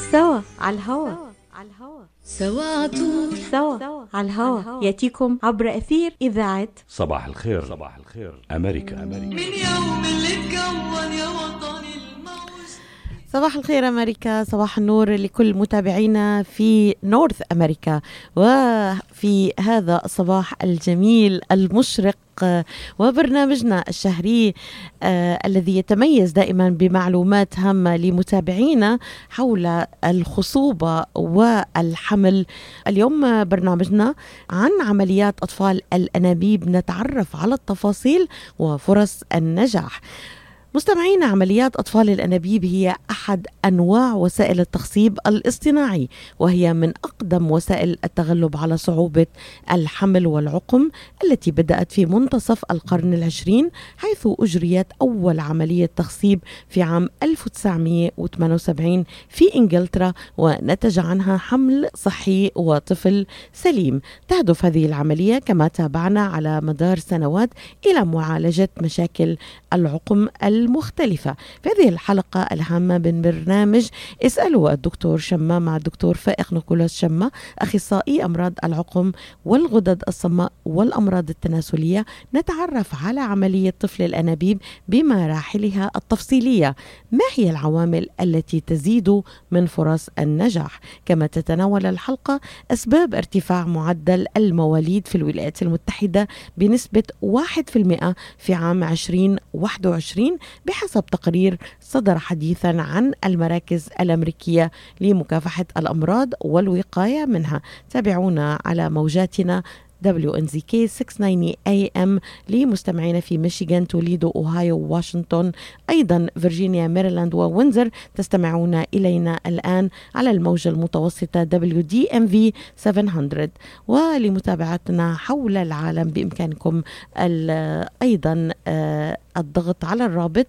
سوا على الهوا سوا عطول سوا على الهوا ياتيكم عبر أثير إذاعة صباح الخير أمريكا. من يوم اللي اتكون يا وطني الموج. صباح الخير أمريكا، صباح النور لكل متابعينا في نورث أمريكا. وفي هذا الصباح الجميل المشرق وبرنامجنا الشهري الذي يتميز دائما بمعلومات هامة لمتابعينا حول الخصوبة والحمل. اليوم برنامجنا عن عمليات أطفال الأنابيب، نتعرف على التفاصيل وفرص النجاح. مستمعينا، عمليات أطفال الأنابيب هي أحد أنواع وسائل التخصيب الاصطناعي، وهي من أقدم وسائل التغلب على صعوبة الحمل والعقم التي بدأت في منتصف القرن العشرين، حيث أجريت أول عملية تخصيب في عام 1978 في إنجلترا، ونتج عنها حمل صحي وطفل سليم. تهدف هذه العملية كما تابعنا على مدار سنوات إلى معالجة مشاكل العقم المختلفة. في هذه الحلقة الهامة من برنامج اسألوا الدكتور شمة مع الدكتور فائق نيكولاس شمة، أخصائي أمراض العقم والغدد الصماء والأمراض التناسلية، نتعرف على عملية طفل الأنابيب بمراحلها التفصيلية. ما هي العوامل التي تزيد من فرص النجاح؟ كما تتناول الحلقة أسباب ارتفاع معدل المواليد في الولايات المتحدة بنسبة 1% في عام 2021 بحسب تقرير صدر حديثا عن المراكز الأمريكية لمكافحة الأمراض والوقاية منها. تابعونا على موجاتنا WNZK 690 AM لمستمعين في ميشيغان، توليدو، أوهايو، واشنطن، أيضا فيرجينيا، ميريلاند ووينزر. تستمعون إلينا الآن على الموجة المتوسطة WDMV 700. ولمتابعتنا حول العالم بإمكانكم أيضا الضغط على الرابط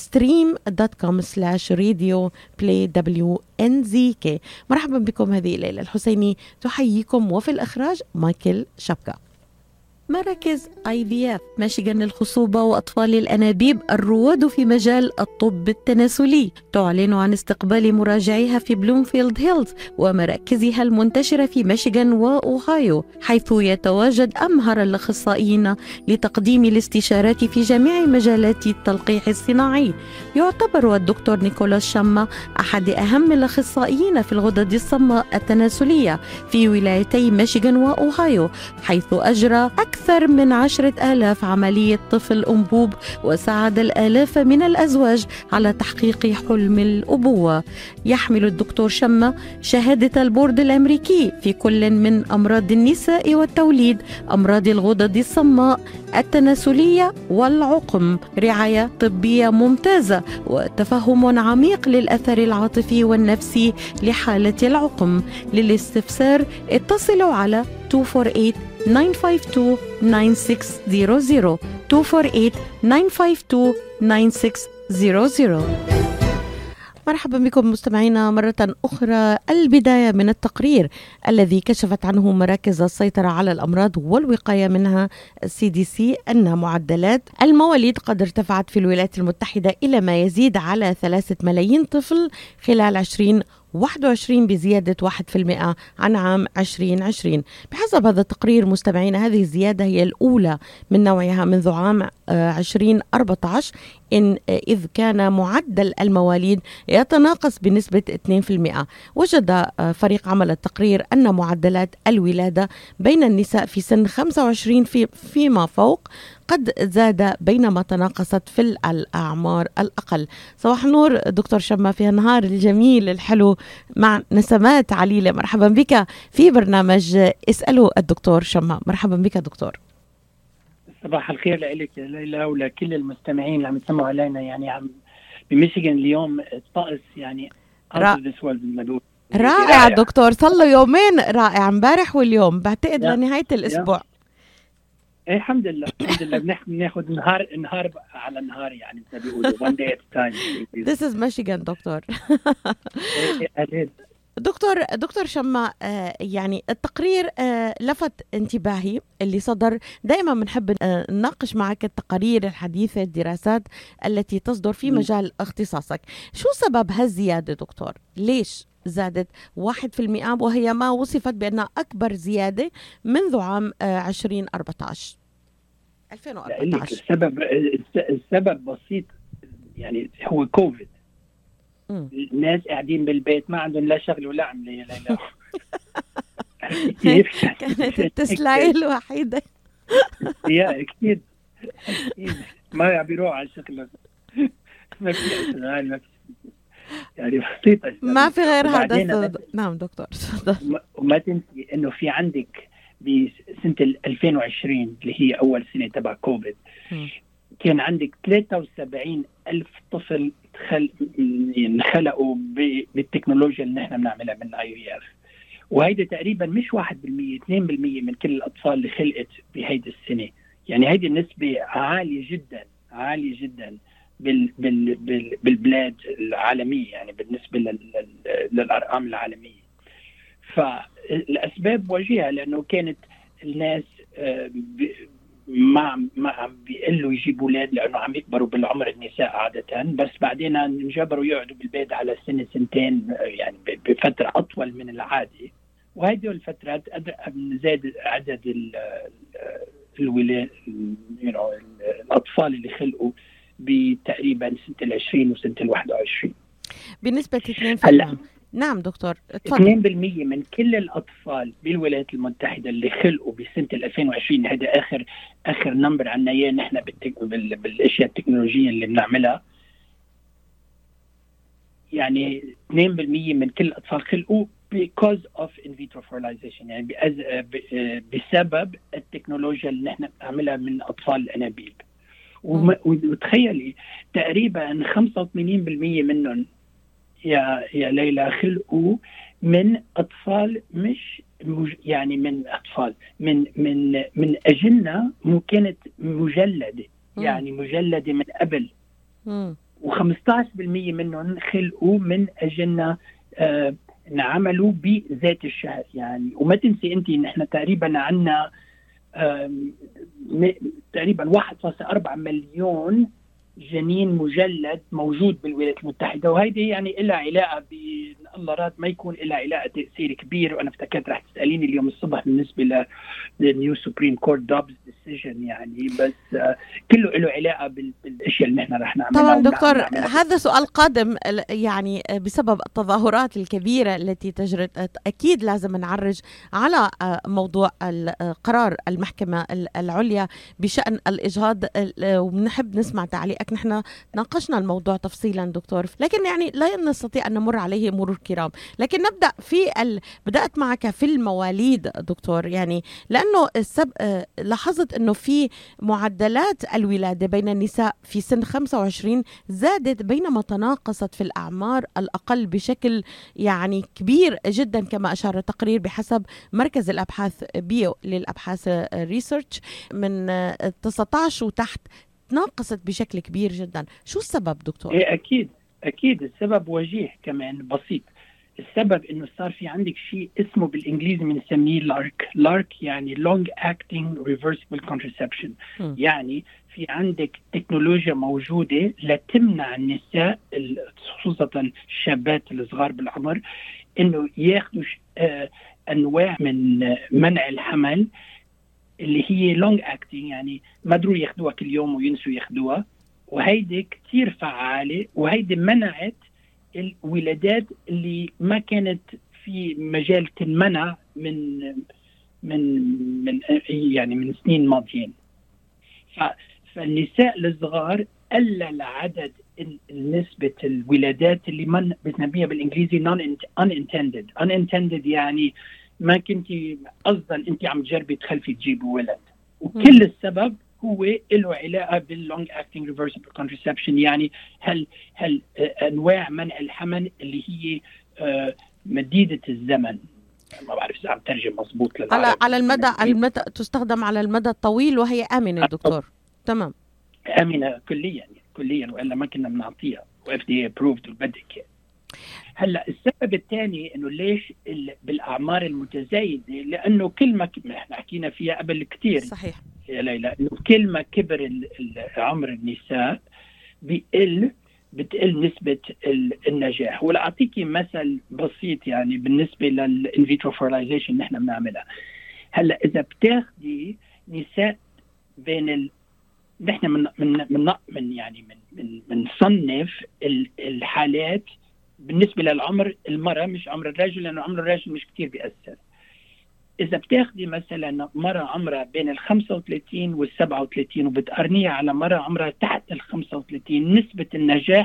stream.com/radioplay.WNZK. مرحبا بكم، هذه ليلى الحسيني تحييكم، وفي الإخراج مايكل شبكة. مراكز IVF ميشيغان للخصوبة وأطفال الأنابيب الرواد في مجال الطب التناسلي تعلن عن استقبال مراجعيها في بلومفيلد هيلز ومراكزها المنتشرة في ميشيغان وأوهايو، حيث يتواجد أمهر الأخصائيين لتقديم الاستشارات في جميع مجالات التلقيح الصناعي. يعتبر الدكتور نيكولاس شمة أحد أهم الأخصائيين في الغدد الصماء التناسلية في ولايتي ميشيغان وأوهايو، حيث أجرى أكثر من 10,000 عملية طفل أنبوب، وساعد الآلاف من الأزواج على تحقيق حلم الأبوة. يحمل الدكتور شمة شهادة البورد الأمريكي في كل من أمراض النساء والتوليد، أمراض الغدد الصماء التناسلية والعقم، رعاية طبية ممتازة وتفهم عميق للأثر العاطفي والنفسي لحالة العقم. للاستفسار اتصلوا على 248-952-9600 248-952-9600. مرحبا بكم مستمعينا مرة أخرى. البداية من التقرير الذي كشفت عنه مراكز السيطرة على الأمراض والوقاية منها CDC أن معدلات المواليد قد ارتفعت في الولايات المتحدة إلى ما يزيد على 3 ملايين طفل خلال 2021 بزيادة 1% عن عام 2020. بحسب هذا التقرير مستمعين، هذه الزيادة هي الأولى من نوعها منذ عام 2014، إذ كان معدل المواليد يتناقص بنسبة 2%. وجد فريق عمل التقرير أن معدلات الولادة بين النساء في سن 25 فيما فوق قد زاد، بينما تناقصت في الأعمار الأقل. صباح النور دكتور شمة في النهار الجميل الحلو مع نسمات عليلة. مرحبا بك في برنامج اسألوا الدكتور شمة. مرحبا بك دكتور. صباح الخير لك ليلى ولكل المستمعين اللي عم يسمعوا علينا. يعني عم بميشيغان اليوم الطقس يعني رائع دكتور، صار يومين رائع، امبارح واليوم بعتقد لنهاية الأسبوع. ايه الحمد لله بناخذ نهار على نهار، يعني زي ما بيقولوا one day at a time. This is Michigan دكتور. دكتور شمة، يعني التقرير لفت انتباهي اللي صدر. دائما بنحب نناقش معك التقارير الحديثة، الدراسات التي تصدر في مجال اختصاصك. شو سبب هالزيادة دكتور؟ ليش؟ زادت 1%، وهي ما وصفت بأنها أكبر زيادة منذ عام 2014. لك السبب بسيط، يعني هو كوفيد. الناس قاعدين بالبيت ما عندهم لا شغل ولا عمل يا ليلى. كانت التسلاية الوحيدة. يا أكيد ما بيروح على الشغل. ما في يعني بسيطة، ما في غير هذا. نعم دكتور. وما تنسي إنه في عندك بسنة 2020 اللي هي أول سنة تبع كوفيد كان عندك 73,000 طفل انخلقوا بالتكنولوجيا اللي نحن بنعملها من IVF، وهيدا تقريبا مش 1% 2% من كل الأطفال اللي خلقت بهيدي السنة. يعني هيدي النسبة عالية جدا بالبلاد العالمية، يعني بالنسبة للأرقام العالمية. فالأسباب وجيهة، لأنه كانت الناس ما عم بيقلوا يجيبوا اولاد لانه عم يكبروا بالعمر النساء عاده، بس بعدين انجبروا يقعدوا بالبيت على سنه سنتين، يعني بفتره اطول من العاده. وهذه الفترات زاد عدد الولاد، الاطفال اللي خلقوا بتقريبا سنه 20 وسنه 21 بنسبه 2%. نعم دكتور اتفضل. 2% من كل الأطفال بالولايات المتحدة اللي خلقوا بسنة 2020، هذا آخر نمبر عنا إياه نحن بالأشياء التكنولوجية اللي بنعملها. يعني 2% من كل الأطفال خلقوا because of in vitro fertilization، يعني بسبب التكنولوجيا اللي نحن بنعملها من أطفال الأنابيب. وتخيلي تقريبا 85% منهم يا ليلى خلقوا من أطفال، مش يعني من أطفال من أجنة كانت مجلدة، يعني مجلدة من قبل. و15% منهم خلقوا من أجنة نعملوا بذات الشهر. يعني وما تنسي أنت نحن تقريبا عنا تقريبا 1.4 مليون جنين مجلد موجود بالولايات المتحدة، وهيدي يعني إلها علاقة الله راد ما يكون إلها علاقة تأثير كبير. وأنا افتكرت رح تسأليني اليوم الصبح بالنسبة للنيو سوبريم كورت دوبز ديسيجن، يعني بس كله له علاقة بالأشياء اللي نحن رح نعملها. طبعا دكتور هذا سؤال قادم، يعني بسبب التظاهرات الكبيرة التي تجرت أكيد لازم نعرج على موضوع قرار المحكمة العليا بشأن الإجهاض، وبنحب نسمع تعليق. نحن ناقشنا الموضوع تفصيلا دكتور، لكن يعني لا نستطيع أن نمر عليه مرور كرام. لكن نبدأ بدأت معك في المواليد دكتور، يعني لأنه لاحظت أنه في معدلات الولادة بين النساء في سن 25 زادت، بينما تناقصت في الأعمار الأقل بشكل يعني كبير جدا، كما أشار التقرير بحسب مركز الأبحاث بيو للأبحاث ريسيرش من 19 وتحت ناقصت بشكل كبير جدا. شو السبب دكتور؟ أكيد السبب وجيه كمان بسيط. السبب إنه صار في عندك شيء اسمه بالإنجليزي بنسميه لارك يعني long acting reversible contraception. يعني في عندك تكنولوجيا موجودة لتمنع النساء خصوصا الشابات الصغار بالعمر إنه ياخدوا أنواع من منع الحمل اللي هي long acting، يعني ما قدروا ياخدوها كل يوم وينسوا ياخدوها. وهيدي كتير فعالة، وهيدي منعت الولادات اللي ما كانت في مجال تنمنع من سنين ماضيين. فالنساء الصغار قلل عدد نسبة الولادات اللي بنسميها بالإنجليزي unintended، يعني ما كنتي قصدا انت عم تجربي تخلفي تجيبي ولد. وكل السبب هو له علاقه باللونج اكتنج ريفرسبل كونترسبشن، يعني هل انواع منع الحمل اللي هي مديده الزمن. ما بعرف اذا عم ترجم مضبوط للعربي. على المدى تستخدم على المدى الطويل، وهي امنه دكتور. تمام، امنه كليا والا ما كنا بنعطيها FDA approved وبدك. هلا السبب الثاني انه ليش بالاعمار المتزايده، لانه كل ما احنا حكينا فيها قبل كثير صحيح يا ليلى، انه كل ما كبر عمر النساء بيقل بتقل نسبة النجاح. ولا أعطيكي مثل بسيط يعني بالنسبة للإنفيترو فيرلايزيشن نحن بنعملها. هلا إذا بتاخدي نساء بين نحن من يعني بنصنف الحالات بالنسبة للعمر المرأة مش عمر الرجل، لأنه عمر الرجل مش كتير بيأثر. إذا بتاخدي مثلا مرة عمرها بين 35 و37 وبتقارنيها على مرة عمرها تحت 35، نسبة النجاح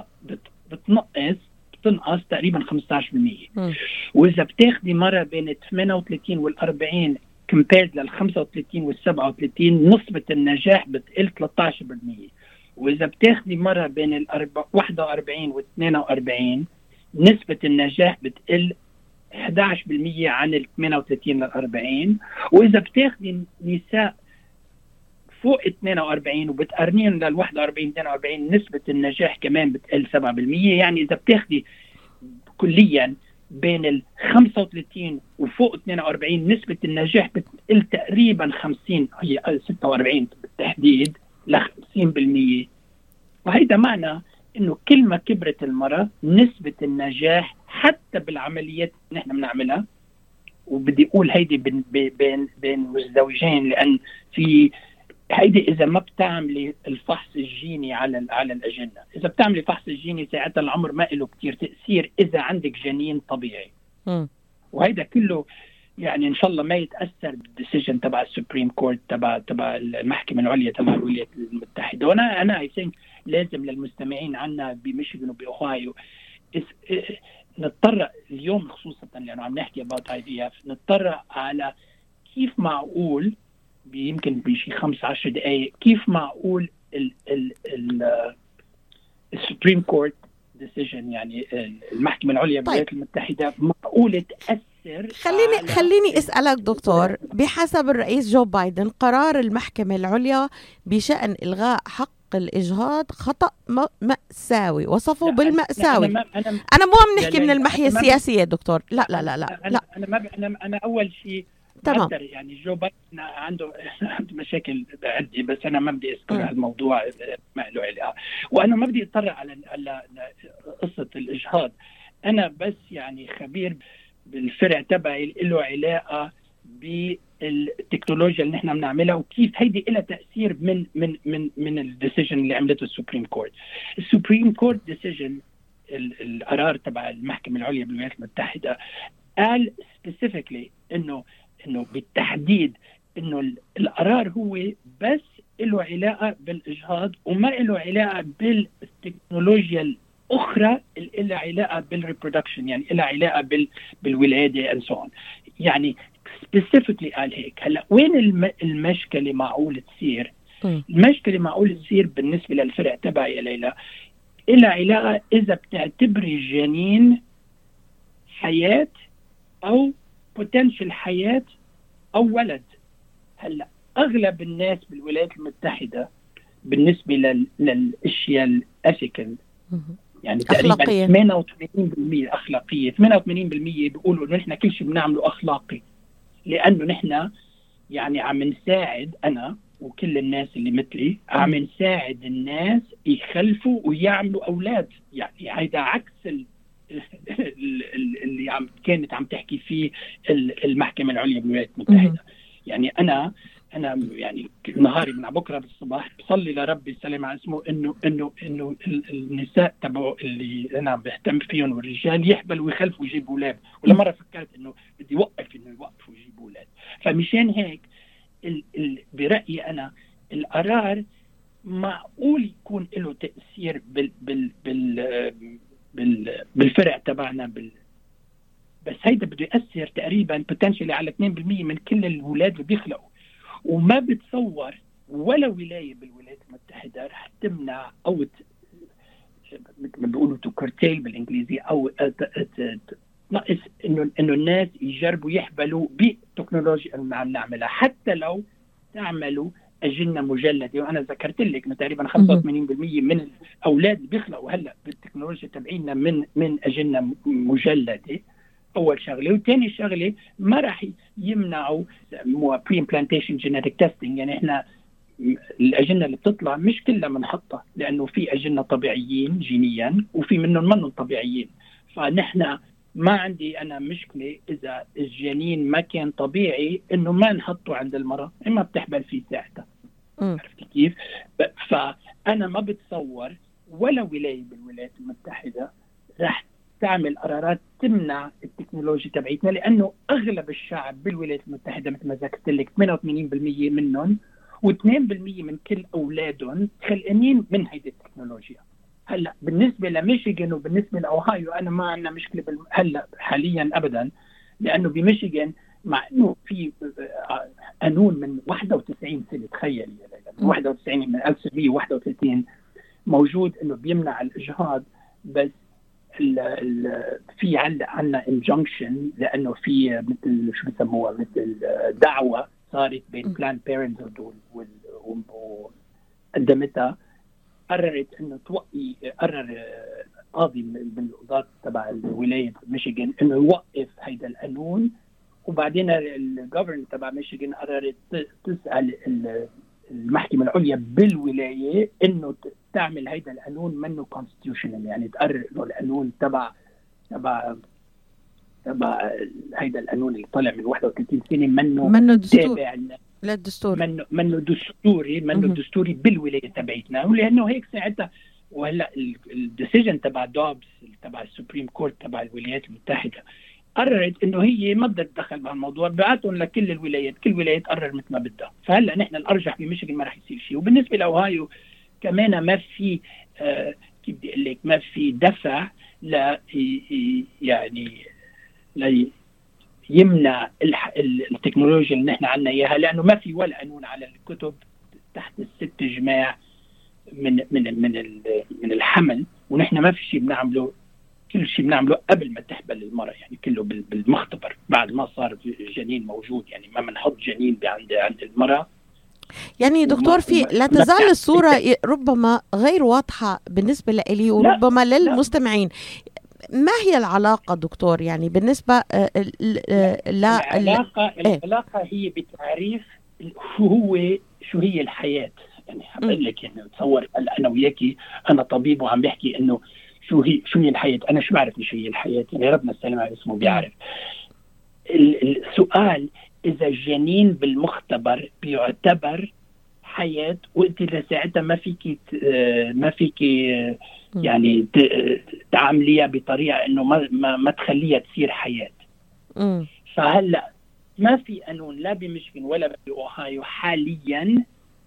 بتنقص تقريبا 15%. وإذا بتاخدي مرة بين 38 وال40 compared لل 35 وال 37، نسبة النجاح بتقل 13%. وإذا بتاخدي مرة بين ال 41 وال 42، نسبة النجاح بتقل 11% عن ال 38 لل 40. وإذا بتاخدي نساء فوق 42 وبتقارنيهم لل 41 42، نسبة النجاح كمان بتقل 7%. يعني إذا بتاخدي كليا بين ال 35 وفوق 42، نسبة النجاح بتقل تقريبا 50، هي 46 بالتحديد ل 50%. وهيدا معنى إنه كل ما كبرت المرأة نسبة النجاح حتى بالعمليات اللي نحن بنعملها، وبدي أقول هيدي بين مزدوجين، لأن في هيدي إذا ما بتعملي الفحص الجيني على الأجنة، إذا بتعملي فحص الجيني ساعتها العمر ما له كتير تأثير إذا عندك جنين طبيعي. وهيدا كله يعني إن شاء الله ما يتأثر بالديسيجن تبع السوبريم كورت تبع المحكمة العليا تبع الولايات المتحدة. وأنا I think لازم للمستمعين عنا بميشيغان وبأوهايو نضطر اليوم خصوصا لأنه عم نحكي about IVF، نضطر على كيف معقول يمكن بشي 15 دقائق كيف معقول السوبريم كورت ديسيجن يعني المحكمة العليا بالولايات المتحدة معقولة تأثر. خليني أسألك دكتور، بحسب الرئيس جو بايدن قرار المحكمة العليا بشأن إلغاء حق الإجهاض خطأ مأساوي، وصفه بالمأساوي. أنا مو عم نحكي من المحية السياسية دكتور، لا لا لا لا, لا. أنا أول شيء تمام. يعني جو بايدن عنده مشاكل عندي، بس أنا ما بدي أذكر هالموضوع ما له علاقة، وأنا ما بدي أطلع على قصة الإجهاض. أنا بس يعني خبير بالفرع تبعي له علاقة بالتكنولوجيا اللي نحن بنعملها وكيف هيدي لها تأثير من الديسيجن اللي عملته السوبريم كورت. السوبريم كورت ديسيجن القرار تبع المحكمة العليا بالولايات المتحدة قال specifically إنه بالتحديد إنه القرار هو بس له علاقة بالإجهاض وما له علاقة بالتكنولوجيا الأخرى اللي لها علاقة بالريبرودكشن، يعني لها علاقة بالولادة and so on. يعني specifically قال هيك. هلا وين المشكلة معقول تصير؟ المشكلة معقول تصير بالنسبة للفرع تبعي يا ليلى لها علاقة إذا بتعتبري الجنين حياة أو potential حياة أو ولد. هلا أغلب الناس بالولايات المتحدة بالنسبة للأشياء الأثيكال يعني تقريبا 88% أخلاقية، 88% بيقولوا إنه نحن كل شيء بنعمله أخلاقي، لأنه نحن يعني عم نساعد أنا وكل الناس اللي مثلي عم نساعد الناس يخلفوا ويعملوا أولاد. يعني هيدا عكس اللي كانت عم تحكي فيه المحكمة العليا بالولايات المتحدة. يعني أنا يعني نهاري من بكره بالصباح بصلي لربي السلام على اسمه انه النساء تبعه اللي انا بهتم فيهم والرجال يحبلوا ويخلفوا ويجيبوا اولاد. ولا مره فكرت انه بدي يوقفوا ويجيبوا اولاد. فمشان هيك برايي انا القرار معقول يكون له تاثير بالفرع تبعنا بس هيدا بده ياثر تقريبا بوتنشلي على 2% من كل الأولاد اللي بيخلقوا. وما بتصور ولا ولاية بالولايات المتحدة رح تمنع أو مثل ما بيقولوا تكرتيل بالإنجليزي أو نقص إنه الناس يجربوا يحبلوا بالتكنولوجيا اللي عم نعملها، حتى لو تعملوا أجنة مجلدة. وأنا ذكرت لك إنه تقريبا 85% من الأولاد اللي بيخلقوا هلا بالتكنولوجيا تبعينا من أجنة مجلدة. أول شغلة. وثاني شغلة ما راح يمنعوا pre-implantation genetic testing. يعني إحنا الأجنة اللي بتطلع مش كلها بنحطها، لأنه في أجنة طبيعيين جينيا وفي منهم طبيعيين. فنحن ما عندي أنا مشكلة إذا الجنين ما كان طبيعي إنه ما نحطه عند المرأة، إما بتحبل فيه ساعتها. عرفت كيف؟ فأنا ما بتصور ولا ولاية بالولايات المتحدة رح تعمل قرارات تمنع التكنولوجيا تبعيتنا، لأنه أغلب الشعب بالولايات المتحدة مثل ما ذكرت لك 88% منهم و2% من كل أولادهم خلقانين من هيدي التكنولوجيا. هلا بالنسبة لميشيغان وبالنسبة لأوهايو أنا ما عندنا مشكلة هلا حاليا أبدا، لأنه بميشيغان مع إنه في قانون من 91 سنة، تخيل 91 من 1931 موجود إنه بيمنع الإجهاض، بس في عندنا injunction لأنه في مثل شو بسموها مثل دعوة صارت بين بلان بيرنتهود وقدمتها، قررت انه توقي، قرر قاضي من القضاة تبع ولاية ميشيغان انه يوقف هيدا القانون، وبعدين الجوفرن تبع ميشيغان قررت تسأل المحكمة العليا بالولاية انه تعمل هيدا القانون منه constitutional، يعني تقرر انه القانون تبع هيدا القانون اللي طلع من 31 سنة منه دستور للدستور، منه دستوري بالولاية تبعتنا، ولأنه هيك ساعتها. وهلا الديسيجن تبع دوبس تبع السوبريم كورت تبع الولايات المتحدة قررت انه هي ما بدها تدخل بهالموضوع، بعتهم لكل الولايات، كل ولاية تقرر مثل ما بدها. فهلا نحن الارجح بميشيغان ما راح يصير شيء. وبالنسبة لأوهايو كمان ما في كيف بدي اقول لك ما في دفع ل يعني يمنع التكنولوجيا اللي نحن عنا اياها، لانه ما في ولا قانون على الكتب تحت ال6 جماع من الحمل، ونحن ما في شيء بنعمله، كل شيء بنعمله قبل ما تحبل المرأة، يعني كله بالمختبر بعد ما صار جنين موجود، يعني ما بنحط جنين عند المرأة. يعني دكتور في لا تزال الصورة ربما غير واضحة بالنسبة لي وربما للمستمعين. ما هي العلاقة دكتور يعني بالنسبة العلاقة هي بتعريف شو هي الحياة. يعني هقول لك يعني تصور أنا وياكي، أنا طبيب وعم بحكي إنه شو هي الحياة، أنا شو بعرف شو هي الحياة، يعني ربنا السلام على اسمه بيعرف. السؤال إذا الجنين بالمختبر بيعتبر حياة، وأنت لساعتها ما فيك يعني تعامليها بطريقة إنه ما تخليها تصير حياة. فهلا ما في قانون لا بميشيغان ولا بأوهايو حاليا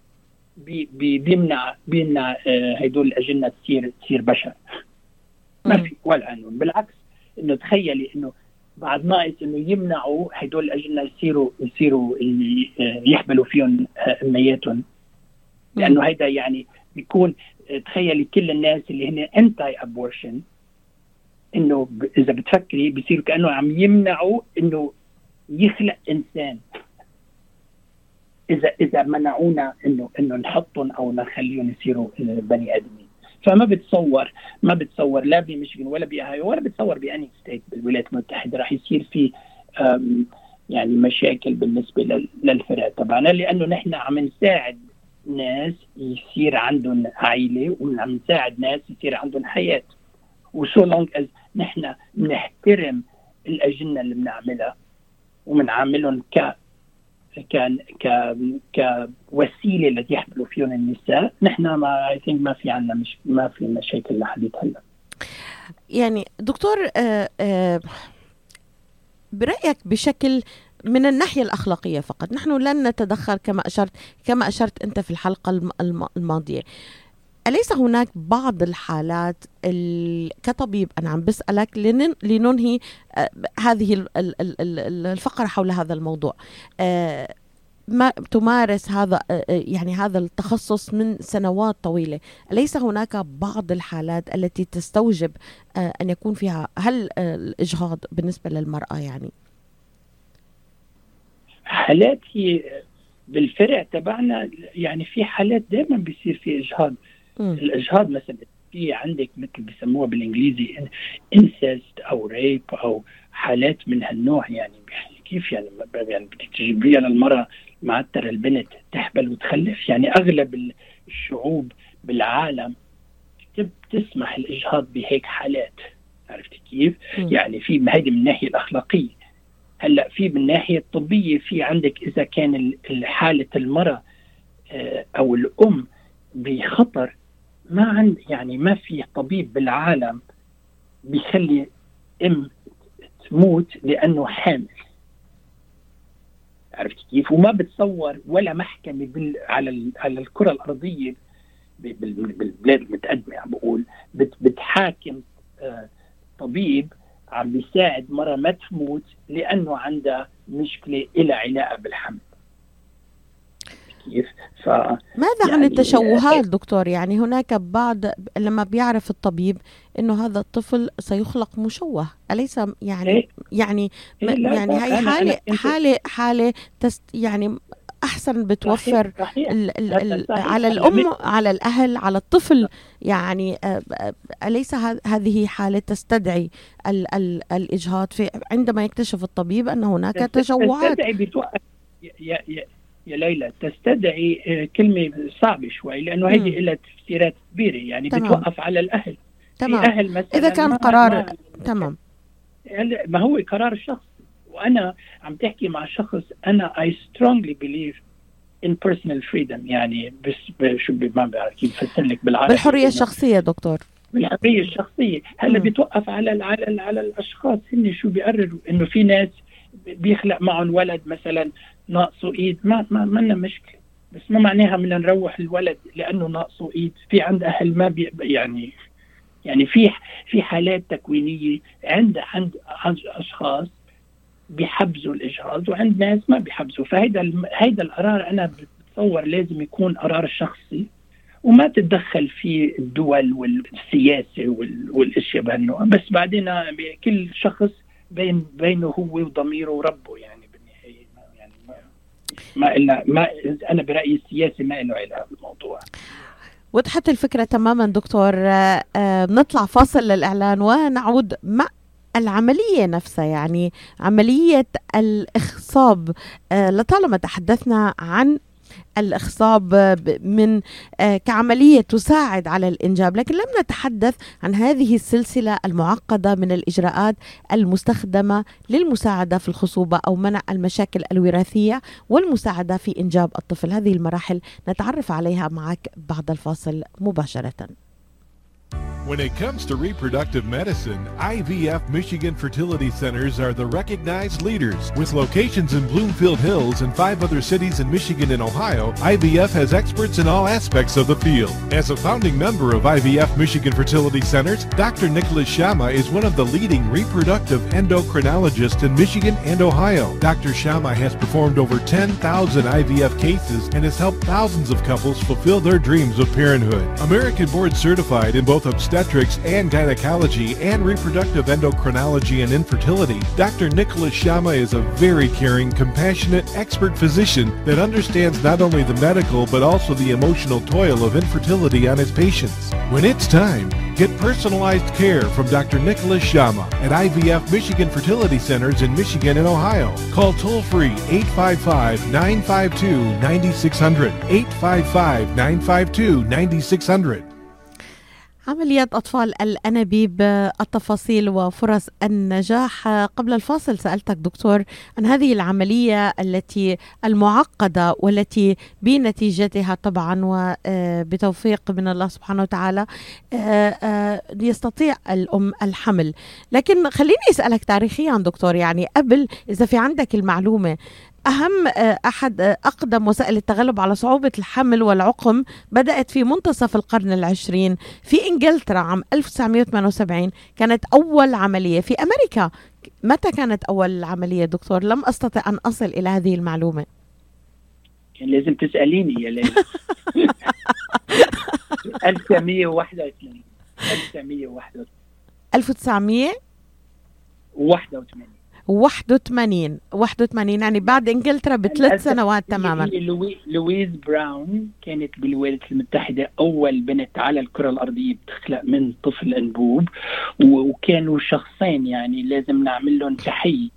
بيمنع هدول الأجنة تصير بشر. ما في ولا قانون، بالعكس إنه تخيلي إنه بعد ناقص إنه يمنعوا هدول الأجنة يصيروا يحبلوا فيهم أمياتهم، لأنه هيدا يعني بيكون تخيلي كل الناس اللي هن انتي ابورشن انه اذا بتفكري بيصيروا كانه عم يمنعوا انه يخلق انسان، اذا منعونا انه نحطهم او نخليهم يصيروا بني ادمين. فما بتصور لا بميشيغان ولا باوهايو ولا بتصور بأني ستيت بالولايات المتحده راح يصير في يعني مشاكل بالنسبه للفرق تبعنا، لانه نحن عم نساعد ناس يصير عندهم عائلة، وعم نساعد ناس يصير عندهم حياة. وسو لونج از نحن بنحترم الأجنة اللي بنعملها وبنعاملهم كوسيلة اللي يحملوا فيهم النساء، نحن ما في عنا ما في مشاكل لحديث هلا. يعني دكتور برأيك بشكل من الناحية الأخلاقية فقط، نحن لن نتدخل كما أشرت أنت في الحلقة الماضية، أليس هناك بعض الحالات كطبيب أنا عم بسألك لننهي هذه الفقرة حول هذا الموضوع، ما تمارس هذا التخصص من سنوات طويلة، أليس هناك بعض الحالات التي تستوجب أن يكون فيها الإجهاض بالنسبة للمرأة؟ يعني حالات هي بالفرع تبعنا، يعني في حالات دائما بيصير في إجهاض. الإجهاض مثلا في عندك مثل بيسموها بالإنجليزي incest أو rape أو حالات من هالنوع، يعني كيف يعني بدك تجيبيها للمرأة ما ترى البنت تحبل وتخلف. يعني أغلب الشعوب بالعالم تسمح الإجهاض بهيك حالات. عرفت كيف؟ يعني في هيدي من الناحية الأخلاقية. هلأ في من الناحية الطبية، في عندك إذا كان حالة المرأة أو الأم بخطر، ما في طبيب بالعالم بيخلي أم تموت لأنه حامل. عرفت كيف؟ وما بتصور ولا محكمة على الكرة الأرضية بالبلاد المتقدمة عم بقول بتحاكم طبيب عم بيساعد مرة ما تموت لأنه عندها مشكلة إلى علاقة بالحمل. كيف؟ ماذا عن التشوهات دكتور؟ يعني هناك بعض لما بيعرف الطبيب إنه هذا الطفل سيخلق مشوه، أليس يعني هي حالة يعني أحسن بتوفر صحيح. على الأم، على الأهل، على الطفل. يعني أليس هذه حالة تستدعي الإجهاض عندما يكتشف الطبيب أن هناك تشوهات؟ تستدعي بتوقف يا ليلى، تستدعي كلمة صعبة شوي، لأنه هذه لها تفسيرات كبيرة. يعني بتوقف على الأهل. تمام. أهل مثلا إذا كان قرار تمام، ما هو قرار الشخص. وأنا عم تحكي مع شخص، أنا I strongly believe in personal freedom. يعني بس شو ما بعرف كيف أفسر لك بالعربي. بالحرية الشخصية دكتور. بالحرية الشخصية. هلا بتوقف على الأشخاص هن شو بيقرروا. إنه في ناس بيخلق معهم ولد مثلا ناقصه ايد، ما لنا مشكله، بس ما معناها بدنا نروح الولد لانه ناقصه ايد. في عند اهل ما يعني في حالات تكوينيه عند اشخاص بيحبزوا الاجهاض، وعند ناس ما بيحبزوا. هيدا القرار انا بتصور لازم يكون قرار شخصي، وما تتدخل فيه الدول والسياسه والاشياء بهالنوع. بس بعدين كل شخص بينه هو وضميره وربه. يعني بالنهاية ما أنا برأيي السياسي ما له علاقة بالموضوع. وضحت الفكرة تماما دكتور. نطلع فاصل للإعلان ونعود مع العملية نفسها، يعني عملية الإخصاب. لطالما تحدثنا عن الإخصاب من كعملية تساعد على الإنجاب، لكن لم نتحدث عن هذه السلسلة المعقدة من الإجراءات المستخدمة للمساعدة في الخصوبة أو منع المشاكل الوراثية والمساعدة في إنجاب الطفل. هذه المراحل نتعرف عليها معك بعد الفاصل مباشرة. When it comes to reproductive medicine, IVF Michigan Fertility Centers are the recognized leaders. With locations in Bloomfield Hills and 5 other cities in Michigan and Ohio, IVF has experts in all aspects of the field. As a founding member of IVF Michigan Fertility Centers, Dr. Nicholas Shama is one of the leading reproductive endocrinologists in Michigan and Ohio. Dr. Shama has performed over 10,000 IVF cases and has helped thousands of couples fulfill their dreams of parenthood. American board certified in both obstetrics and gynecology and reproductive endocrinology and infertility, Dr. Nicholas Shama is a very caring, compassionate, expert physician that understands not only the medical but also the emotional toil of infertility on his patients. When it's time, get personalized care from Dr. Nicholas Shama at IVF Michigan Fertility Centers in Michigan and Ohio. Call toll-free 855-952-9600, 855-952-9600. عمليات أطفال الأنابيب، التفاصيل وفرص النجاح. قبل الفاصل سألتك دكتور عن هذه العملية التي المعقدة والتي بنتيجتها طبعا وبتوفيق من الله سبحانه وتعالى يستطيع الأم الحمل. لكن خليني أسألك تاريخيا دكتور، يعني قبل إذا في عندك المعلومة، أحد أقدم وسائل التغلب على صعوبة الحمل والعقم بدأت في منتصف القرن العشرين في إنجلترا عام 1978. كانت أول عملية في أمريكا. متى كانت أول عملية دكتور؟ لم أستطع أن أصل إلى هذه المعلومة. كان لازم تسأليني يا ليلى. 1981. 1981 يعني بعد إنجلترا ب3 سنوات تماما. لويز براون كانت بالولايات المتحدة أول بنت على الكرة الأرضية بتخلق من طفل أنبوب، وكانوا شخصين يعني لازم نعمل لهم تحية.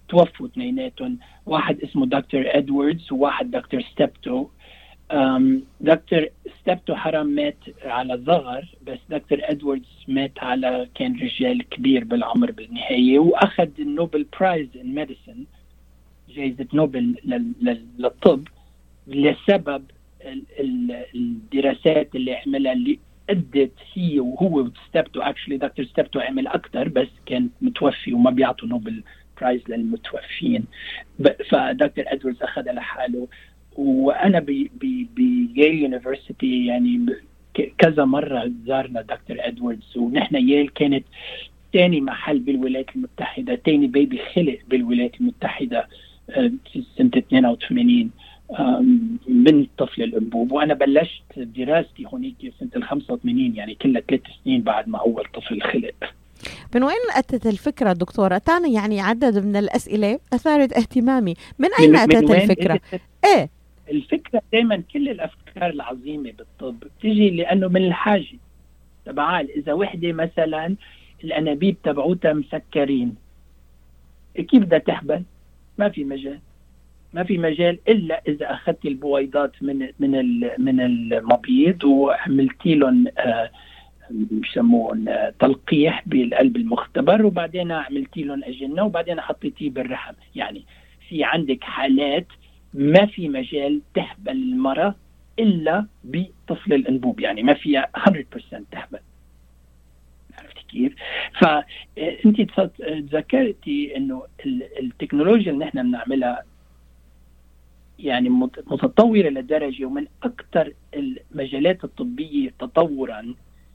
توفوا اثنيناتهم، واحد اسمه دكتور ادواردز وواحد دكتور ستيبتو. دكتور ستيبتو حرام مات على ضغر، بس دكتور ادواردز مات على كان رجال كبير بالعمر بالنهاية، واخذ النوبل برايز ان ميديسن، جائزة نوبل للطب، لسبب الدراسات اللي عملها، اللي أدت هي وهو ستيبتو. اكشلي دكتور ستيبتو عمل أكتر، بس كان متوفي وما بيعطوا نوبل برايز للمتوفين، فدكتور ادواردز أخذها لحاله. وأنا بييل يونيفرسيتي يعني كذا مرة زارنا دكتور ادواردز، ونحن ييل كانت تاني محل بالولايات المتحدة، تاني بيبي خلق بالولايات المتحدة في سنة 82 من طفل الأنبوب، وأنا بلشت دراستي هونيك سنة 85، يعني كلها 3 سنين بعد ما أول طفل خلق. من وين أتت الفكرة دكتورة؟ تانا يعني عدد من الأسئلة أثارت اهتمامي. من أين أتت الفكرة؟ إيه الفكرة دايما كل الأفكار العظيمة بالطب بتيجي لأنه من الحاجة. تبعال إذا وحدة مثلا الأنابيب تبعوتها مسكرين، كيف بدها تحبل؟ ما في مجال إلا إذا أخذت البويضات من المبيض وعملتي لهم بيسموهم تلقيح بالقلب المختبر، وبعدين عملتي لهم أجنة، وبعدين حطيتيه بالرحم. يعني في عندك حالات ما في مجال تحبل المرأة إلا بطفل الأنبوب، يعني ما فيها 100% تحبل. عرفت كيف؟ فأنت ذكرتي إنه التكنولوجيا اللي نحن بنعملها يعني متطورة لدرجة، ومن أكثر المجالات الطبية تطورا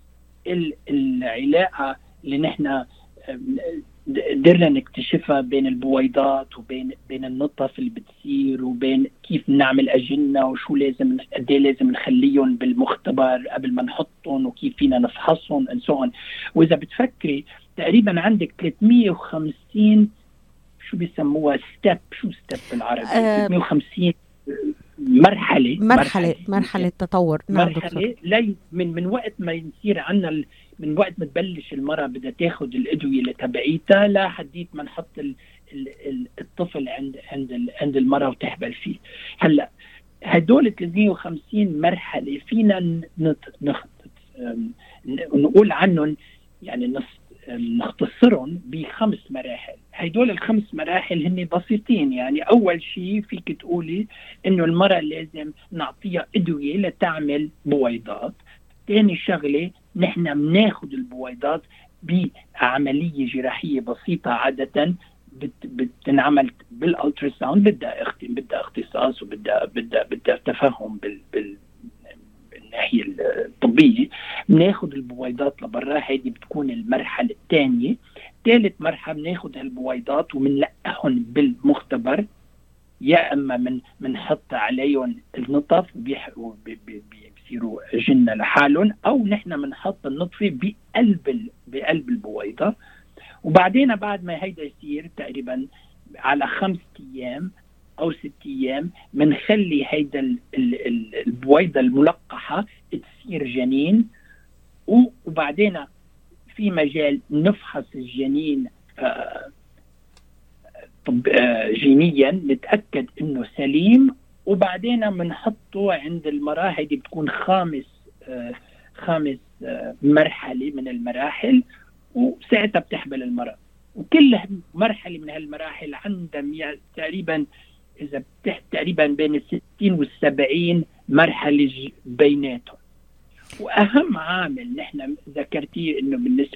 العلاقة اللي نحن قدرنا نكتشفها بين البويضات وبين النطف اللي بتصير، وبين كيف نعمل أجنة، وشو لازم قد ايه لازم نخليهم بالمختبر قبل ما نحطهم، وكيف فينا نفحصهم and so on. وإذا بتفكري تقريبا عندك 350 شو بيسموها ستيب، شو ستيب بالعربي؟ 350 مرحلة تطور. نعم مرحلة من وقت ما يصير عنا، من وقت ما تبلش المرأة بدها تاخد الأدوية اللي تبعيتها لحديت ما نحط الطفل عند المرأة وتحبل فيه. هلا هدول 350 مرحلة فينا نقول عنهم، يعني نختصرهم ب5 مراحل. هدول ال5 مراحل هن بسيطين. يعني أول شيء فيك تقولي إنه المرأة لازم نعطيها أدوية لتعمل بويضات. ثاني شغلة نحن بناخد البويضات بعملية جراحية بسيطة، عادة بتنعمل بالالتراساوند، بدها اختصاص وبدها تفهم بالناحية الطبية. بناخد البويضات لبرا، هذه بتكون المرحلة الثانية. ثالث مرحلة بناخد هالبويضات وبنلقاهم بالمختبر، يا اما منحط عليهم النطف وبيصيروا جنة لحالهم، او نحن بنحط النطفة بقلب البويضة. وبعدين بعد ما هيدا يصير تقريبا على 5 أيام أو 6 أيام بنخلي هيدا البويضة الملقحة تصير جنين، وبعدين في مجال نفحص الجنين جينيا نتأكد إنه سليم، وبعدين بنحطه عند المرأة. هيدي بتكون خامس مرحلة من المراحل، وساعتها بتحبل المرأة. وكل مرحلة من هالمراحل عندها تقريبا تقريبا بين 60 و70 مرحلة بيناتهم. وأهم عامل نحن ذكرتيه إنه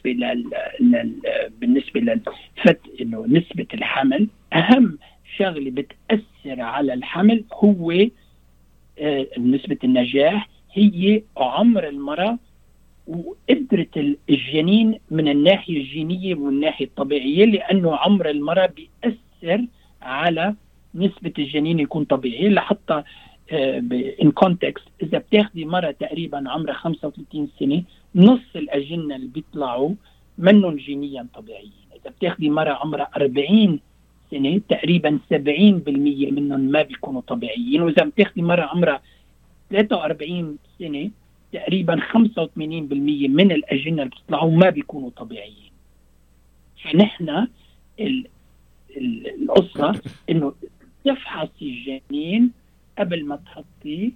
بالنسبة إنه نسبة الحمل، أهم شغلة بتأثر على الحمل هو نسبة النجاح، هي عمر المرأة وقدرة الجنين من الناحية الجينية والناحية الطبيعية، لأنه عمر المرأة بيأثر على نسبة الجنين يكون طبيعي. لحتى in context، إذا بتاخدي مرة تقريبا عمرها 35 سنة، نص الأجنة اللي بيطلعوا منهم جينيا طبيعيين. إذا بتاخدي مرة عمرها 40 سنة تقريبا 70% منهم ما بيكونوا طبيعيين. وإذا بتاخدي مرة عمرها 43 سنة تقريبا 85% من الأجنة اللي بيطلعوا ما بيكونوا طبيعيين. فنحن القصة إنه تفحصي الجنين قبل ما تحطيه.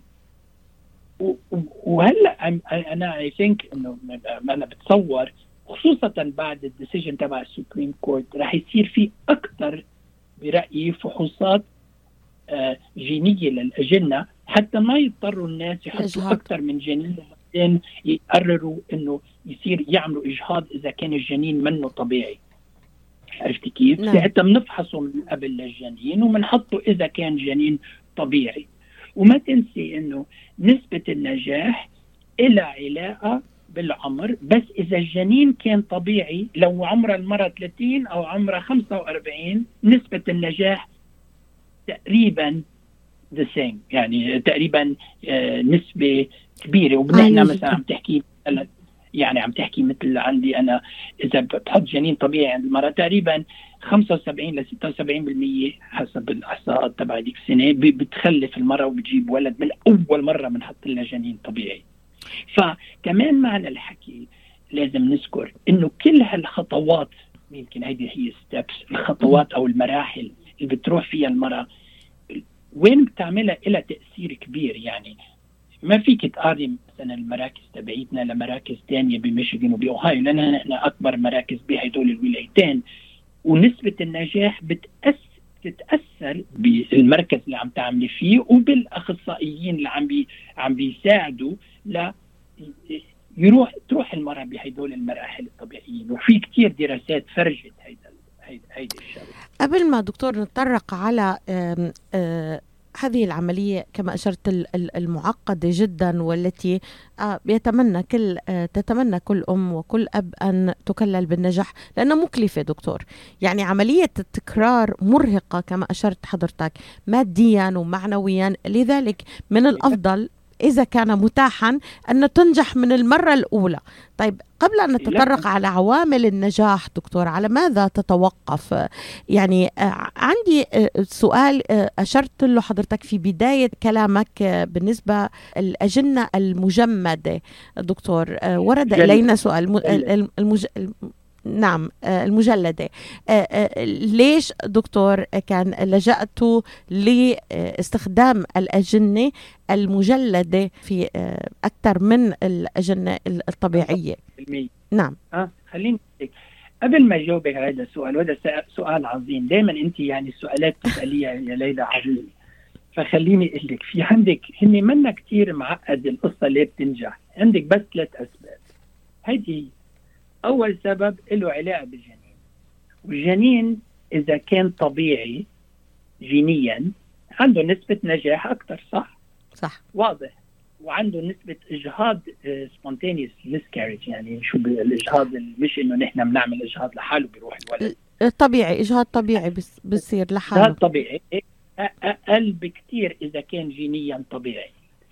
وهلا أنا I think إنه أنا بتصور خصوصا بعد الديسيجن تبع السوبريم كورت راح يصير في أكثر برأيي فحوصات جينية للأجنة حتى ما يضطروا الناس يحطوا أكثر من جنين وبعدين يقرروا إنه يصير يعملوا إجهاض إذا كان الجنين منه طبيعي. عرفتي كيف؟ حتى بنفحصه من قبل للجنين وبنحطه إذا كان جنين طبيعي. وما تنسي إنه نسبة النجاح إلى علاقة بالعمر، بس إذا الجنين كان طبيعي لو عمر المرأة 30 أو عمرها 45 نسبة النجاح تقريبا the same، يعني تقريبا نسبة كبيرة. ونحن مثلا عم تحكي يعني عم تحكي مثل عندي أنا إذا بتحط جنين طبيعي عند المرأة تقريبا 75 ل 76% حسب الإحصاءات تبع ديك السنة بتخلف المرأة وبتجيب ولد من أول مرة بنحط لها جنين طبيعي. فكمان معنى الحكي لازم نذكر إنه كل هالخطوات يمكن هذه هي steps، الخطوات أو المراحل اللي بتروح فيها المرأة وين بتعملها إلى تأثير كبير. يعني ما فيك تقارن مثلا المراكز تبعيتنا لمراكز تانية بميشيغان وبأوهايو لأن نحن أكبر مراكز بهدول الولايتين، ونسبة النجاح بتتأثر بالمركز اللي عم تعملي فيه وبالأخصائيين اللي عم بيساعدوا تروح المرأة بهدول المراحل الطبيعيين. وفي كتير دراسات فرجت هيدا الشغله. قبل ما دكتور نتطرق على هذه العملية كما أشرت المعقدة جدا والتي تتمنى كل أم وكل أب أن تكلل بالنجاح لأنها مكلفة دكتور. يعني عملية التكرار مرهقة كما أشرت حضرتك ماديا ومعنويا، لذلك من الأفضل إذا كان متاحا أن تنجح من المرة الأولى. طيب قبل أن نتطرق على عوامل النجاح دكتور على ماذا تتوقف؟ يعني عندي سؤال أشرت له حضرتك في بداية كلامك بالنسبة الأجنة المجمدة دكتور. ورد إلينا سؤال نعم المجلدة. ليش دكتور كان لجأتوا لاستخدام الأجنة المجلدة في أكثر من الأجنة الطبيعية؟ نعم. خليني قبل ما أجاوبك على هذا السؤال، وهذا سؤال عظيم دائما أنت يعني السؤالات تسأليها يا ليلى عظيم، فخليني أقول لك في عندك هني منا كتير معقد القصة اللي بتنجح. عندك بس 3 أسباب. هذه أول سبب له علاقة بالجنين، والجنين إذا كان طبيعي جينيا عنده نسبة نجاح أكتر. صح واضح. وعنده نسبة إجهاض spontaneous miscarriage، يعني شو الإجهاض مش إنه نحن بنعمل إجهاض لحاله بيروح الولد طبيعي، إجهاض طبيعي بصير لحاله. إجهاض طبيعي أقل بكتير إذا كان جينيا طبيعي.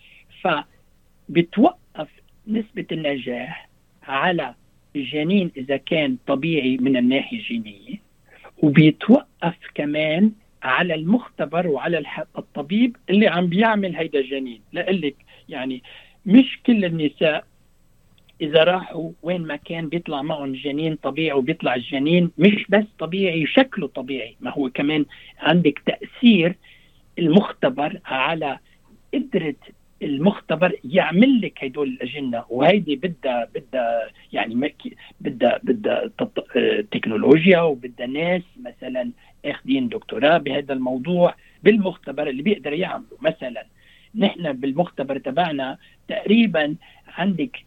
فبتوقف نسبة النجاح على الجنين إذا كان طبيعي من الناحية الجينية، وبيتوقف كمان على المختبر وعلى الطبيب اللي عم بيعمل هيدا الجنين. لقلك يعني مش كل النساء إذا راحوا وين ما كان بيطلع معهم جنين طبيعي، وبيطلع الجنين مش بس طبيعي شكله طبيعي، ما هو كمان عندك تأثير المختبر على قدرة المختبر يعمل لك هدول الأجنة. وهيدي بدها يعني بدها تكنولوجيا، وبدها ناس مثلا اخذين دكتوراه بهذا الموضوع بالمختبر اللي بيقدر يعملوا. مثلا نحن بالمختبر تبعنا تقريبا عندك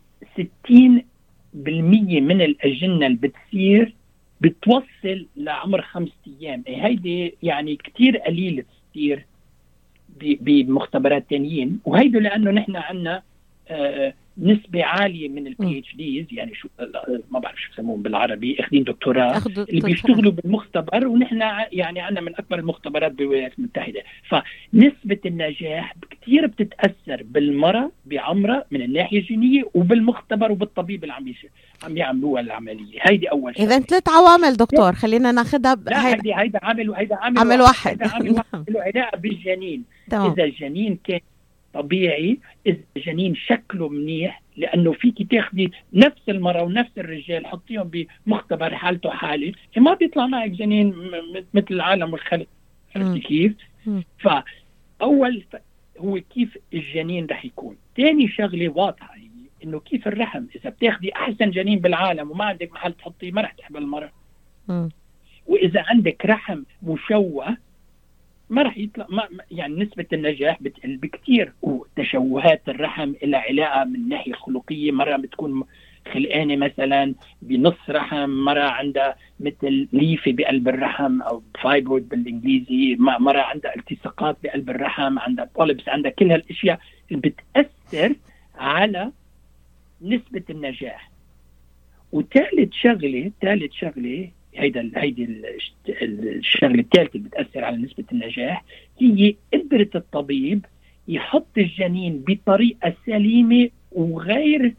60% من الأجنة اللي بتصير بتوصل لعمر 5 أيام. هيدي يعني كتير قليلة تصير بمختبرات تانيين. وهيدو لأنه نحن عنا نسبة عالية من البي اتش ديز، يعني شو ما بعرف شو يسموهم بالعربي، اخذين دكتوراه اللي بيشتغلوا بالمختبر، ونحن يعني عنا من أكبر المختبرات بالولايات المتحدة. فنسبة النجاح كتير بتتأثر بالمرأة بعمرها من الناحية الجينية وبالمختبر وبالطبيب اللي عم يعملوها العملية. هيدي أول شيء. إذا 3 عوامل دكتور خلينا ناخدها. هيدا عامل واحد له علاقة بالجنين. إذا الجنين كان طبيعي، إذا الجنين شكله منيح لانه فيكي تاخدي نفس المراه ونفس الرجال حطيهم بمختبر حالته حاله ما بيطلع معك جنين مثل العالم والخلق. عرفتي كيف؟ فاول هو كيف الجنين رح يكون. ثاني شغله واضحه هي انه كيف الرحم، اذا بتاخدي احسن جنين بالعالم وما عندك محل تحطيه ما رح تحمل المراه. واذا عندك رحم مشوه ما رح يطلع، يعني نسبة النجاح بتقل بكتير. وتشوهات الرحم إلى علاقة من ناحية خلقية، مرة بتكون خلقانة مثلا بنص رحم، مرة عندها مثل ليفة بقلب الرحم أو فايبرويد بالإنجليزي، مرة عندها التصاقات بقلب الرحم، عندها بوليبس، عندها كل هالأشياء اللي بتأثر على نسبة النجاح. وثالث شغلة هيدي الشغله الثالثه اللي بتاثر على نسبه النجاح هي قدره الطبيب يحط الجنين بطريقه سليمه وغير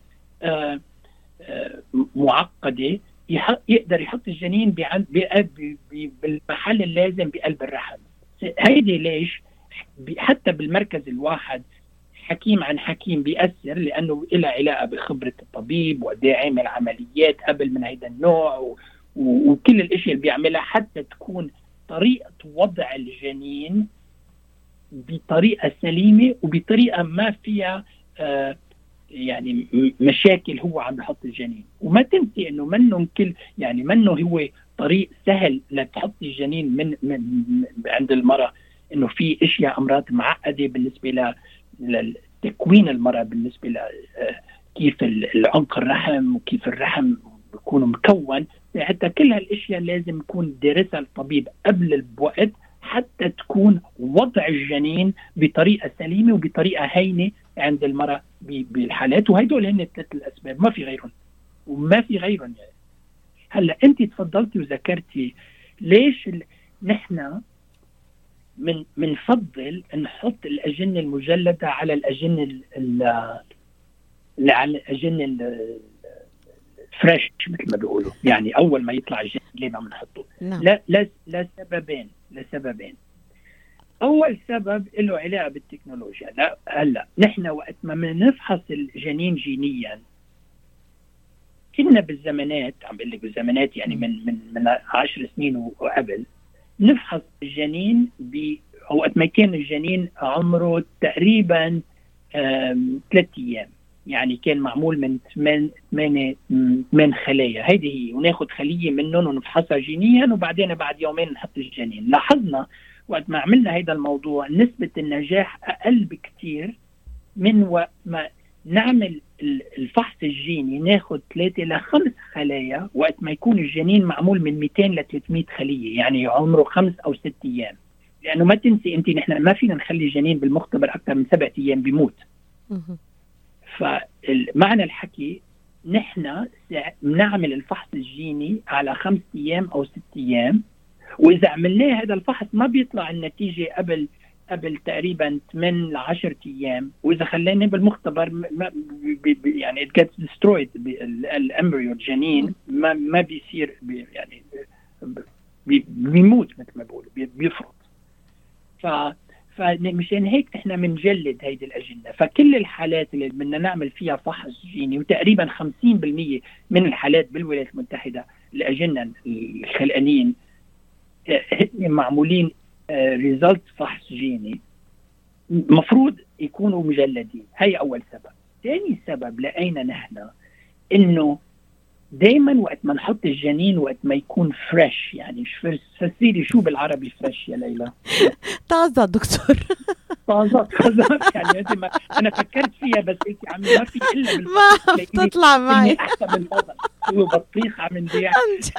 معقده، يقدر يحط الجنين بالمحل اللازم بقلب الرحم. هيدي ليش حتى بالمركز الواحد حكيم عن حكيم بيأثر، لانه إله علاقه بخبره الطبيب وقد ايه عمل عمليات قبل من هيدا النوع وكل الاشياء اللي بيعملها حتى تكون طريقة وضع الجنين بطريقة سليمة وبطريقة ما فيها يعني مشاكل هو عم يحط الجنين. وما تنسي انه منه هو طريق سهل لتحطي الجنين من عند المرأة، انه في اشياء امراض معقدة بالنسبة لتكوين المرأة، بالنسبة ل كيف العنق الرحم وكيف الرحم بيكون مكون. حتى كل هالاشياء لازم يكون دارسها الطبيب قبل الوقت حتى تكون وضع الجنين بطريقه سليمه وبطريقه هينه عند المراه بالحالات. وهيدول هن الثلاث الاسباب، ما في غيرهم يعني. هلا انت تفضلتي وذكرتي ليش نحن منفضل نحط الاجنه المجلده على الاجنه فريش مثل ما بيقولوا، يعني اول ما يطلع الجنين ليه ما بنحطه؟ لا سببين. اول سبب له علاقه بالتكنولوجيا. لا هلا نحن وقت ما بنفحص الجنين جينيا، كنا بالزمانات، عم بقول لك بالزمانات يعني من 10 سنين وقبل، نفحص الجنين وقت ما كان الجنين عمره تقريبا 3 ايام، يعني كان معمول من 8 خلايا، هيدي هي، وناخد خلية منهم ونفحصها جينيا وبعدين بعد يومين نحط الجنين. لاحظنا وقت ما عملنا هيدا الموضوع نسبة النجاح أقل بكتير من وقت ما نعمل الفحص الجيني ناخد 3 إلى 5 خلايا وقت ما يكون الجنين معمول من 200 ل 300 خلية، يعني عمره 5 أو 6 أيام. لأنه ما تنسي أنت، نحن ما فينا نخلي الجنين بالمختبر أكثر من 7 أيام بيموت. فمعنى الحكي نحن بنعمل الفحص الجيني على 5 أيام أو 6 أيام، وإذا عملناه هذا الفحص ما بيطلع النتيجة قبل تقريبا 8 ل 10 أيام، وإذا خليناه بالمختبر يعني it gets destroyed، الامبريو الجنين ما بيصير يعني بيموت مثل ما بيقولوا، بيفرط. فمشان هيك احنا بنجلد هيدي الأجنة. فكل الحالات اللي بدنا نعمل فيها فحص جيني، وتقريبا 50% من الحالات بالولايات المتحدة الأجنة الخلقانين معمولين ريزلت فحص جيني، مفروض يكونوا مجلدين. هي أول سبب. ثاني سبب لقينا نحن إنه دايما وقت ما نحط الجنين وقت ما يكون فريش، يعني فسيري شو بالعربي فريش يا ليلى؟ طازة دكتور. طازة يعني انت ما انا فكرت فيها بس قلت عمي ما في الا ما بتطلع معي احسن من هذا، هو بطيخ عم نبيع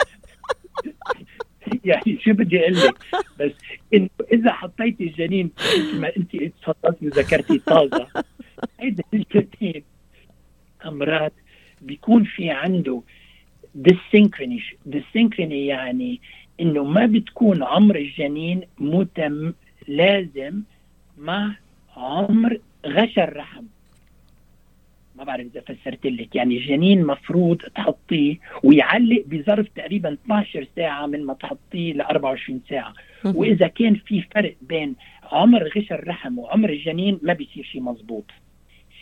يعني شو بدي اقول لك، بس انه اذا حطيتي الجنين ما انت تفضلتي وذكرتي طازة، هيدا الجنين امراض بيكون في عنده ديسينكروني، يعني انه ما بتكون عمر الجنين لازم مع عمر غشا الرحم. ما بعرف اذا فسرت لك، يعني الجنين مفروض تحطيه ويعلق بظرف تقريبا 12 ساعة من ما تحطيه ل 24 ساعة، واذا كان في فرق بين عمر غشا الرحم وعمر الجنين ما بيصير شيء مزبوط.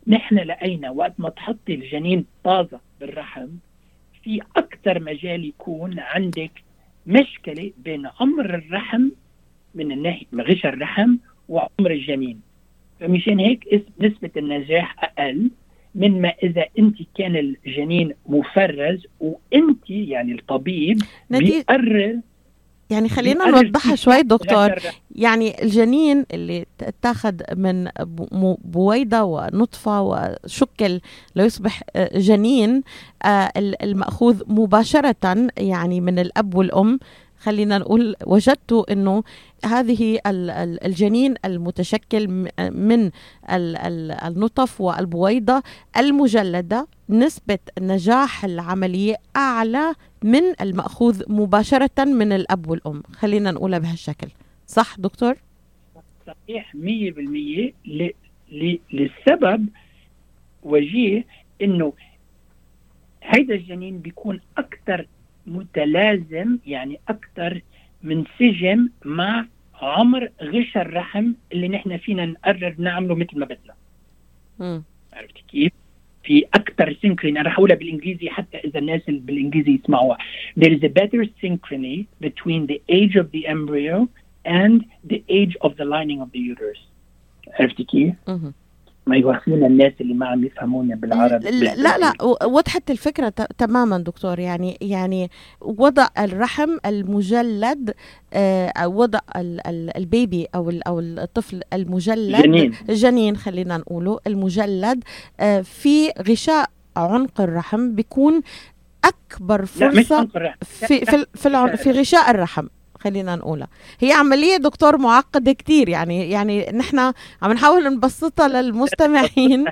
نحن لقينا وقت ما تحطي الجنين طازة بالرحم في أكثر مجال يكون عندك مشكلة بين عمر الرحم من الناحية غشاء الرحم وعمر الجنين. فمشان هيك نسبة النجاح أقل من ما إذا أنت كان الجنين مفرز وأنت يعني الطبيب بيقرر. يعني خلينا نوضحها شوي دكتور. يعني الجنين اللي اتاخذ من بويضة ونطفة وشكل ليصبح جنين المأخوذ مباشرة يعني من الأب والأم، خلينا نقول وجدتوا أنه هذه الجنين المتشكل من النطف والبويضة المجلدة نسبة نجاح العملية أعلى من المأخوذ مباشرة من الأب والأم، خلينا نقولها بهالشكل. صح دكتور؟ صحيح 100%. للسبب وجيه إنه هيدا الجنين بيكون أكثر متلازم، يعني أكثر منسجم مع عمر غشاء الرحم اللي نحن فينا نقرر نعمله مثل ما بدنا. عرفت كيف؟ في أكثر سينكروني. أنا رح أقولها بالإنجليزي حتى إذا الناس اللي بالإنجليزي يسمعوها. There is a better synchrony between the age of the embryo and the age of the lining of the uterus. عرفت كيف؟ ما يوخلنا الناس اللي ما عم يفهمونا بالعربي. لا وضحت الفكرة تماما دكتور. يعني وضع الرحم المجلد وضع البيبي أو الطفل المجلد الجنين خلينا نقوله المجلد في غشاء عنق الرحم بيكون أكبر فرصة في غشاء الرحم. خلينا نقولها هي عملية دكتور معقدة كتير. يعني نحن عم نحاول نبسطها للمستمعين.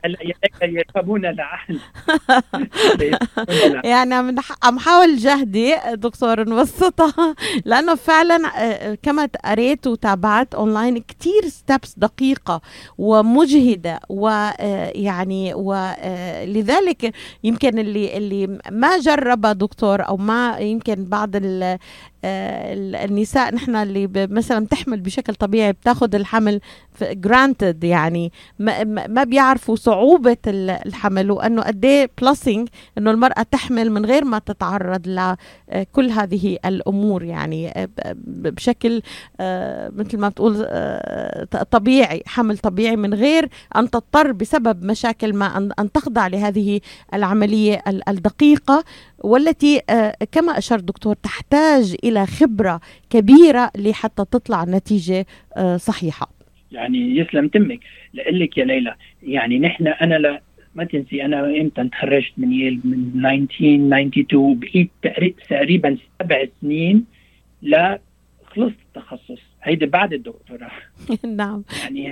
يعني عم حاول جهدي دكتور نبسطها، لأنه فعلا كما قريت وتابعت أونلاين كتير ستابس دقيقة ومجهدة، ويعني ولذلك يمكن اللي ما جربها دكتور أو ما يمكن بعض النساء نحن اللي مثلا تحمل بشكل طبيعي بتاخد الحمل granted، يعني ما بيعرفوا صعوبة الحمل وأنه قديه بلاسينج أنه المرأة تحمل من غير ما تتعرض لكل هذه الأمور، يعني بشكل مثل ما بتقول طبيعي، حمل طبيعي من غير أن تضطر بسبب مشاكل ما أن تخضع لهذه العملية الدقيقة، والتي كما أشار دكتور تحتاج إلى خبرة كبيرة لحتى تطلع نتيجة صحيحة. يعني يسلم تمك. لقلك يا ليلى، يعني أنا ما تنسي أنا إمتى تخرجت من ييل من 1992، بقيت تقريبا 7 سنين لا خلصت التخصص هيدا بعد الدكتوراه. نعم.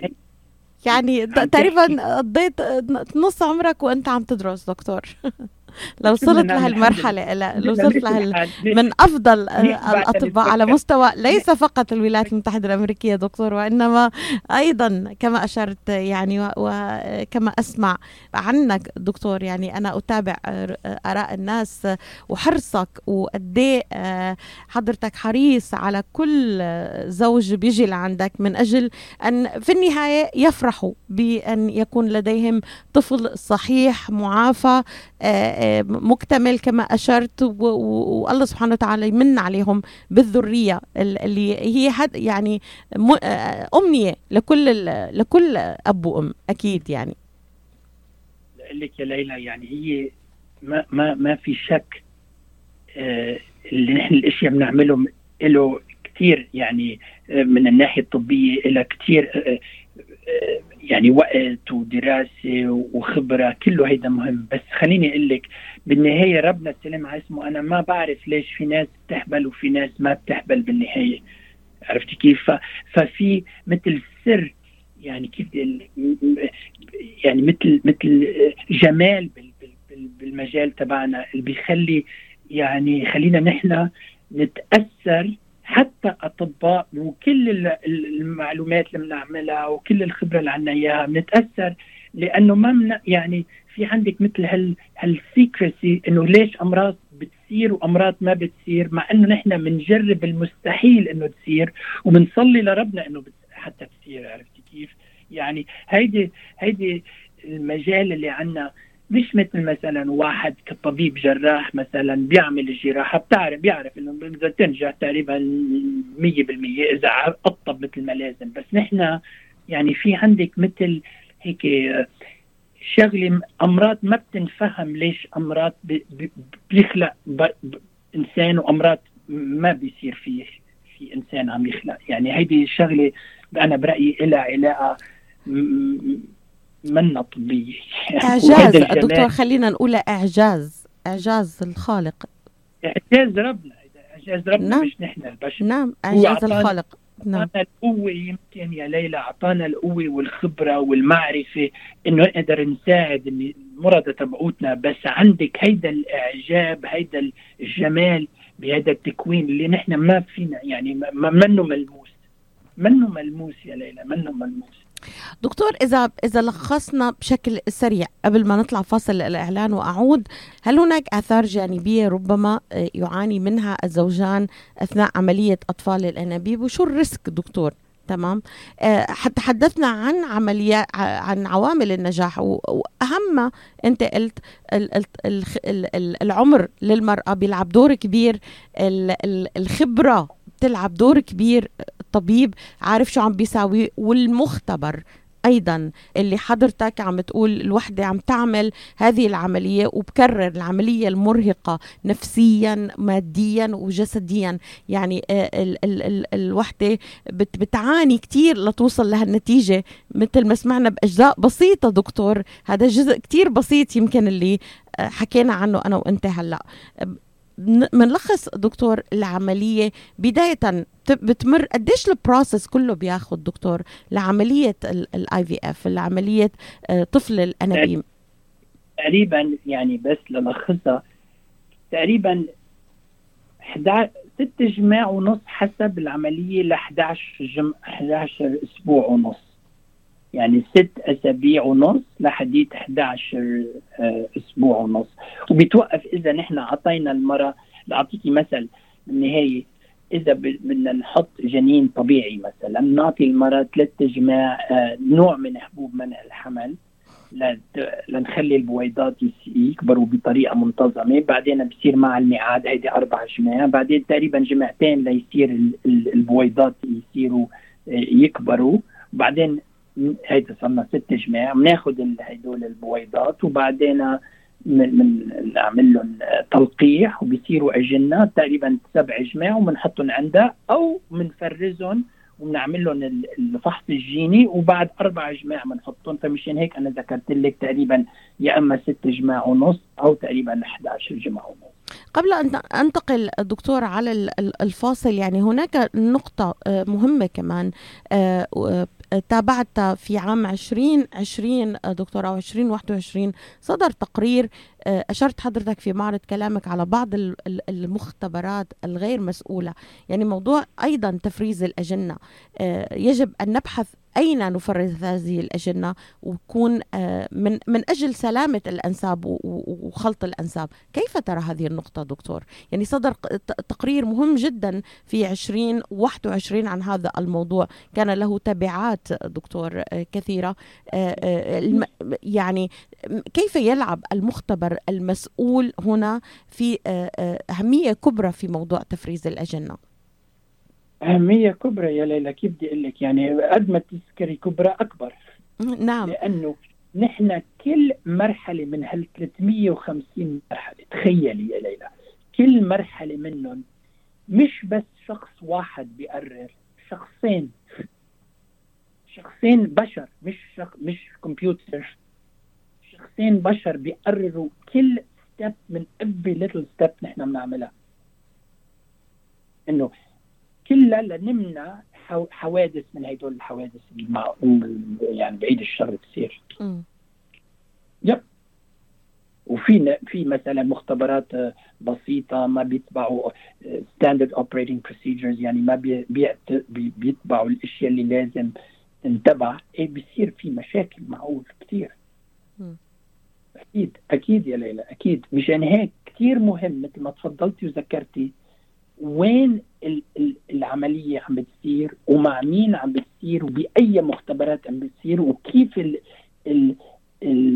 يعني تقريبا قضيت نص عمرك وأنت عم تدرس دكتور. لو وصلت لهالمرحلة لو وصلت من أفضل الأطباء على مستوى ليس فقط الولايات المتحدة الأمريكية دكتور، وإنما أيضا كما أشرت يعني وكما أسمع عنك دكتور. يعني أنا أتابع آراء الناس وحرصك وقديه حضرتك حريص على كل زوج بيجي لعندك من أجل أن في النهاية يفرحوا بأن يكون لديهم طفل صحيح معافى مكتمل كما أشرت، والله سبحانه وتعالى يمن عليهم بالذرية اللي هي يعني أمنية لكل أب وأم أكيد. يعني لك يا ليلى، يعني هي ما في شك اللي نحن الاشياء بنعمله له كتير، يعني من الناحية الطبية له كتير يعني وقت ودراسة وخبرة، كله هيدا مهم. بس خليني أقول لك بالنهاية ربنا السلام على اسمه، أنا ما بعرف ليش في ناس بتحبل وفي ناس ما بتحبل بالنهاية. عرفتي كيف؟ ففي مثل سر، يعني كيف يعني مثل جمال بالمجال تبعنا اللي بيخلي يعني خلينا نحن نتأثر حتى أطباء، وكل المعلومات اللي بنعملها وكل الخبرة اللي عنا إياها بنتأثر، لأنه ما يعني في عندك مثل هالسيكرسي إنه ليش أمراض بتصير وأمراض ما بتصير، مع إنه نحن بنجرب المستحيل إنه تصير وبنصلي لربنا إنه حتى تصير. عرفتي كيف؟ يعني هيدي المجال اللي عندنا مش مثل مثلا واحد كطبيب جراح مثلا بيعمل الجراحة بيعرف انه اذا تنجح تقريبا 100% اذا قطب مثل ما لازم. بس نحن يعني في عندك مثل هيك شغلة امراض ما بتنفهم ليش امراض بيخلق انسان وامراض ما بيصير في انسان عم يخلق. يعني هيدي الشغلة انا برأيي لها علاقة منا طبية. إعجاز دكتور، خلينا نقول إعجاز الخالق، إعجاز ربنا نعم. مش نحن البشر. نعم، إعجاز الخالق. نعم. أعطانا القوة، يمكن يا ليلى أعطانا القوة والخبرة والمعرفة إنه نقدر نساعد المرضى تبعوتنا. بس عندك هيدا الإعجاب، هيدا الجمال بهذا التكوين اللي نحن ما فينا، يعني منه ملموس يا ليلى، منه ملموس. دكتور، إذا لخصنا بشكل سريع قبل ما نطلع فاصل الإعلان وأعود، هل هناك آثار جانبية ربما يعاني منها الزوجان أثناء عملية أطفال الأنابيب، وشو الريسك دكتور؟ تمام. تحدثنا عن عوامل النجاح، وأهم أنت قلت العمر للمرأة بيلعب دور كبير، الخبرة بتلعب دور كبير، الطبيب عارف شو عم بيساوي، والمختبر أيضا اللي حضرتك عم تقول الوحدة عم تعمل هذه العملية وبكرر العملية المرهقة نفسيا ماديا وجسديا. يعني الوحدة بتعاني كتير لتوصل لهالنتيجة، مثل ما سمعنا بأجزاء بسيطة دكتور. هذا جزء كتير بسيط يمكن اللي حكينا عنه أنا وأنت هلأ. منلخص دكتور العملية بداية بتمر قديش البروسس كله بياخد دكتور لعملية IVF، لعملية طفل الأنابيب؟ تقريبا يعني بس للخصها تقريبا 6 جماع ونص حسب العملية ل 11 أسبوع ونص، يعني 6 أسابيع ونص لحديت 11 أسبوع ونص. وبيتوقف إذا نحن عطينا المرأة، لأعطيكي مثل بالنهاية، إذا بدنا نحط جنين طبيعي مثلا نعطي المرأة 3 جماع نوع من حبوب منع الحمل لنخلي البويضات يكبروا بطريقة منتظمة. بعدين بصير مع الميعاد هيدي 4 جماع، بعدين تقريبا جمعتين ليصير البويضات يصيروا يكبروا، بعدين هيدا صرنا 6 جماع. بناخد هيدول البويضات وبعدين نعمل لهم تلقيح وبيصيروا أجنات تقريبا 7 جماع، وبنحطهم عندها أو بنفرزهم وبنعمل لهم الفحص الجيني، وبعد 4 جماع بنحطهم. فمشان هيك أنا ذكرت لك تقريبا يا أما 6 جماع ونص أو تقريبا 11 جماع ونص. قبل أن أنتقل دكتور على الفاصل، يعني هناك نقطة مهمة كمان تابعت في عام 2020 دكتور أو 2021 صدر تقرير أشرت حضرتك في معرض كلامك على بعض المختبرات الغير مسؤولة، يعني موضوع أيضا تفريز الأجنة. يجب أن نبحث أين نفرز هذه الأجنة ويكون من أجل سلامة الأنساب وخلط الأنساب. كيف ترى هذه النقطة دكتور؟ يعني صدر تقرير مهم جدا في 2021 عن هذا الموضوع، كان له تبعات دكتور كثيرة. يعني كيف يلعب المختبر المسؤول هنا في أهمية كبرى في موضوع تفريز الأجنة؟ أهمية كبرى يا ليلى، كيف بدي أقول لك، يعني قد ما تذكري كبرى أكبر. نعم. لأنه نحن كل مرحلة من هال 350 مرحلة، تخيلي يا ليلى، كل مرحلة منهم مش بس شخص واحد بيقرر، شخصين بشر، مش كمبيوتر، شخصين بشر بيقرروا كل ستيب من every little step نحن بنعملها، إنه كلها لنمنع حوادث من هيدول الحوادث يعني بعيد الشر تصير. يب. وفي مثلا مختبرات بسيطة ما بيتبعوا standard operating procedures، يعني ما بيتبعوا الاشياء اللي لازم تنتبع، بيصير في مشاكل معقول كتير. أكيد يا ليلى، أكيد. مشان هيك كتير مهم مثل ما تفضلتي وذكرتي وين العملية عم بتصير ومع مين عم بتصير وبأي مختبرات عم بتصير وكيف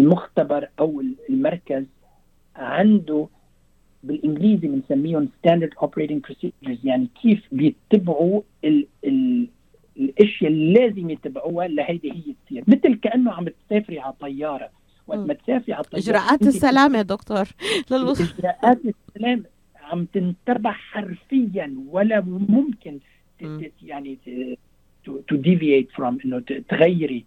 المختبر او المركز عنده بالانجليزي بنسميهم standard operating procedures، يعني كيف بيتبعوا الاشياء اللي لازم يتبعوها لهيدي هي تصير، مثل كانه عم تسافري على طياره. وقت ما تسافري على طياره اجراءات السلامه دكتور اجراءات السلامه عم تنتبه حرفيا، ولا ممكن يعني to deviate from انه تغيري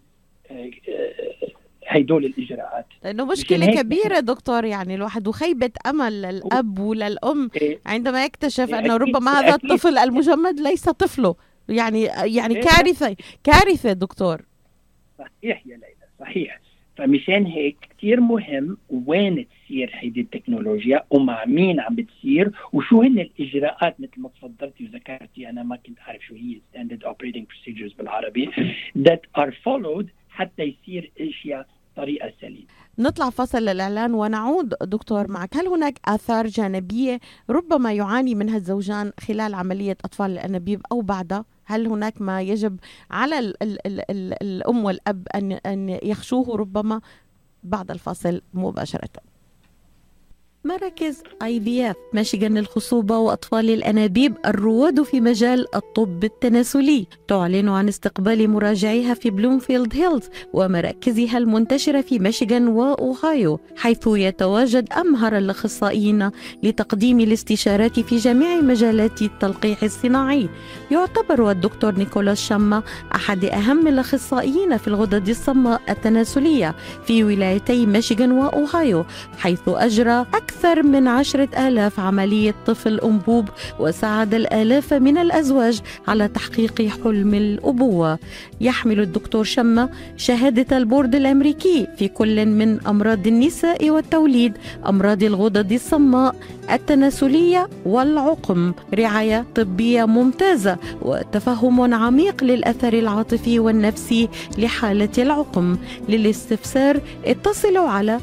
هيدول الإجراءات، لأنه مشكلة كبيرة دكتور. يعني الواحد وخيبة أمل للأب وللأم عندما يكتشف أنه ربما هذا الطفل المجمد ليس طفله. يعني كارثة دكتور. صحيح يا ليلى، صحيح. فمشان هيك كتير مهم وين تصير هيدي التكنولوجيا ومع مين عم بتصير وشو هن الإجراءات، مثل ما تفضلتي وذكرتي. أنا ما كنت أعرف شو هي standard operating procedures بالعربي that are followed حتى يصير اشياء طريقه سليمه. نطلع فصل للاعلان ونعود دكتور معك. هل هناك آثار جانبيه ربما يعاني منها الزوجان خلال عمليه اطفال الانابيب او بعدها؟ هل هناك ما يجب على الام والاب ان يخشوه ربما؟ بعد الفاصل مباشره. مراكز IVF ميشيغان للخصوبة وأطفال الأنابيب الرواد في مجال الطب التناسلي تعلن عن استقبال مراجعيها في بلومفيلد هيلز ومراكزها المنتشرة في ميشيغان وأوهايو، حيث يتواجد أمهر الأخصائيين لتقديم الاستشارات في جميع مجالات التلقيح الصناعي. يعتبر الدكتور نيكولاس شاما أحد أهم الأخصائيين في الغدد الصماء التناسلية في ولايتي ميشيغان وأوهايو، حيث أجرى أكثر من 10,000 عملية طفل أنبوب وساعد الآلاف من الأزواج على تحقيق حلم الأبوة. يحمل الدكتور شما شهادة البورد الأمريكي في كل من أمراض النساء والتوليد، أمراض الغدد الصماء التناسلية والعقم، رعاية طبية ممتازة وتفهم عميق للأثر العاطفي والنفسي لحالة العقم. للاستفسار اتصلوا على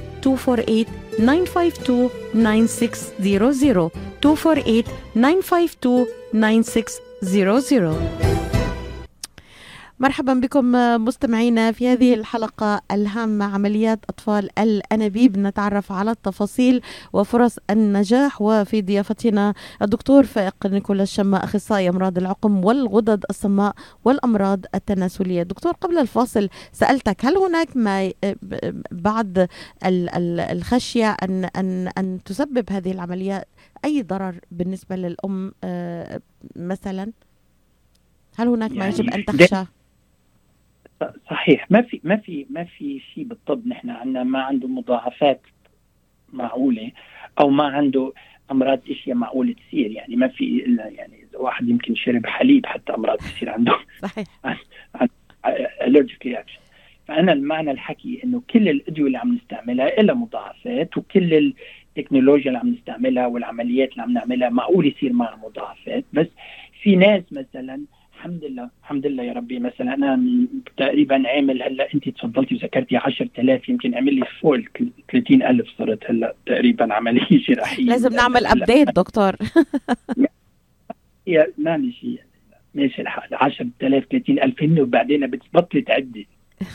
248-952-9600 248-952-9600. مرحبا بكم مستمعينا في هذه الحلقة الهامة، عمليات أطفال الأنابيب. نتعرف على التفاصيل وفرص النجاح، وفي ضيافتنا الدكتور فائق نيكولاس شما، أخصائي أمراض العقم والغدد الصماء والأمراض التناسلية. دكتور، قبل الفاصل سألتك هل هناك بعض الخشية أن تسبب هذه العمليات أي ضرر بالنسبة للأم مثلا؟ هل هناك ما يجب أن تخشى؟ صحيح، ما في شيء بالطب نحن عندنا ما عنده مضاعفات معقولة أو ما عنده أمراض اشياء معقولة تصير. يعني ما في إلا يعني إذا واحد يمكن شرب حليب حتى أمراض تصير عنده. صحيح. allergic reaction. فأنا المعنى الحكي إنه كل الأدوية اللي عم نستعملها إلا مضاعفات، وكل التكنولوجيا اللي عم نستعملها والعمليات اللي عم نعملها معقول يصير معها مضاعفات. بس في ناس مثلا الحمد لله يا ربي، مثلا أنا تقريبا عامل هلا أنت تفضلتي وذكرتي 10,000، يمكن عمل لي فوق 30,000 صارت هلا تقريبا عملية جراحية. لازم نعمل أبديت دكتور. يا معلش ماشي الحال، 10,000 30,000 هن وبعدين بتبطلي تعدي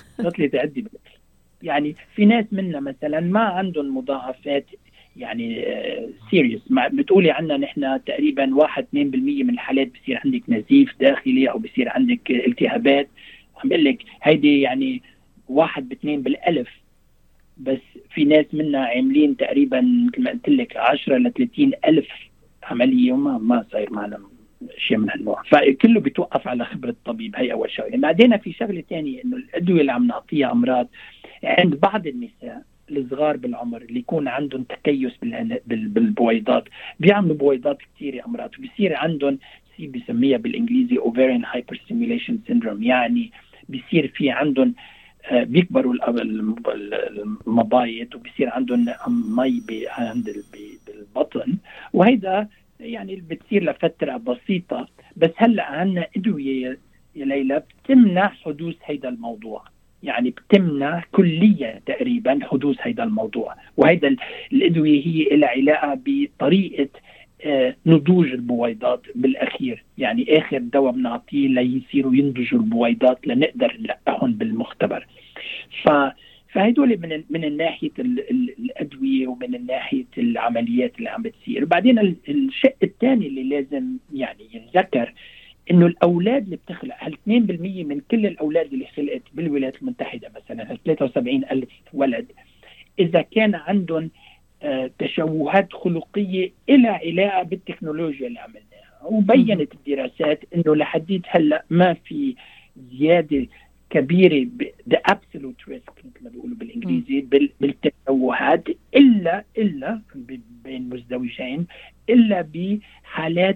يعني في ناس منا مثلا ما عندهم مضاعفات يعني سيريس. ما بتقولي عنا نحن تقريبا 1-2% من الحالات بصير عندك نزيف داخلي او بصير عندك التهابات. عم بقول لك هيدي يعني 1-2 بالألف. بس في ناس منا عاملين تقريبا مثل ما قلت لك 10-30,000 عمليه وما صاير معنا شيء من هالنوع. فكله بيتوقف على خبره الطبيب، هي اول شغله. بعدين في شغله ثانيه انه الادويه اللي عم نعطيها امراض عند بعض النساء الصغار بالعمر اللي يكون عندهم تكيس بالبويضات، بيعملوا بويضات كثير امراض، وبيصير عندهم شيء بيسميها بالانجليزي ovarian hyperstimulation syndrome. يعني بيصير في عندهم بيكبروا المبايض وبيصير عندهم مي عند بالبطن، وهيدا يعني بتصير لفترة بسيطة. بس هلأ عنا أدوية يا ليلى بتمنع حدوث هيدا الموضوع، يعني بتمنع كليا تقريبا حدوث هيدا الموضوع. وهيدا الأدوية هي لها علاقة بطريقة نضوج البويضات بالأخير. يعني آخر دواء بنعطيه ليصيروا ينضجوا البويضات لنقدر نلقحهم بالمختبر. فهدول من الناحيه الادويه ومن الناحيه العمليات اللي عم بتصير. بعدين الشق الثاني اللي لازم يعني ينذكر انه الاولاد اللي بتخلق 2% من كل الاولاد اللي خلقت بالولايات المتحده مثلا 73,000 ولد، اذا كان عندهم تشوهات خلقيه إلى علاقه بالتكنولوجيا اللي عملناها. وبينت الدراسات انه لحديت هلا ما في زياده كبيره the absolute risk مثل ما بيقولوا بالانجليزي بالتشوهات الا بين مزدوجين، الا بحالات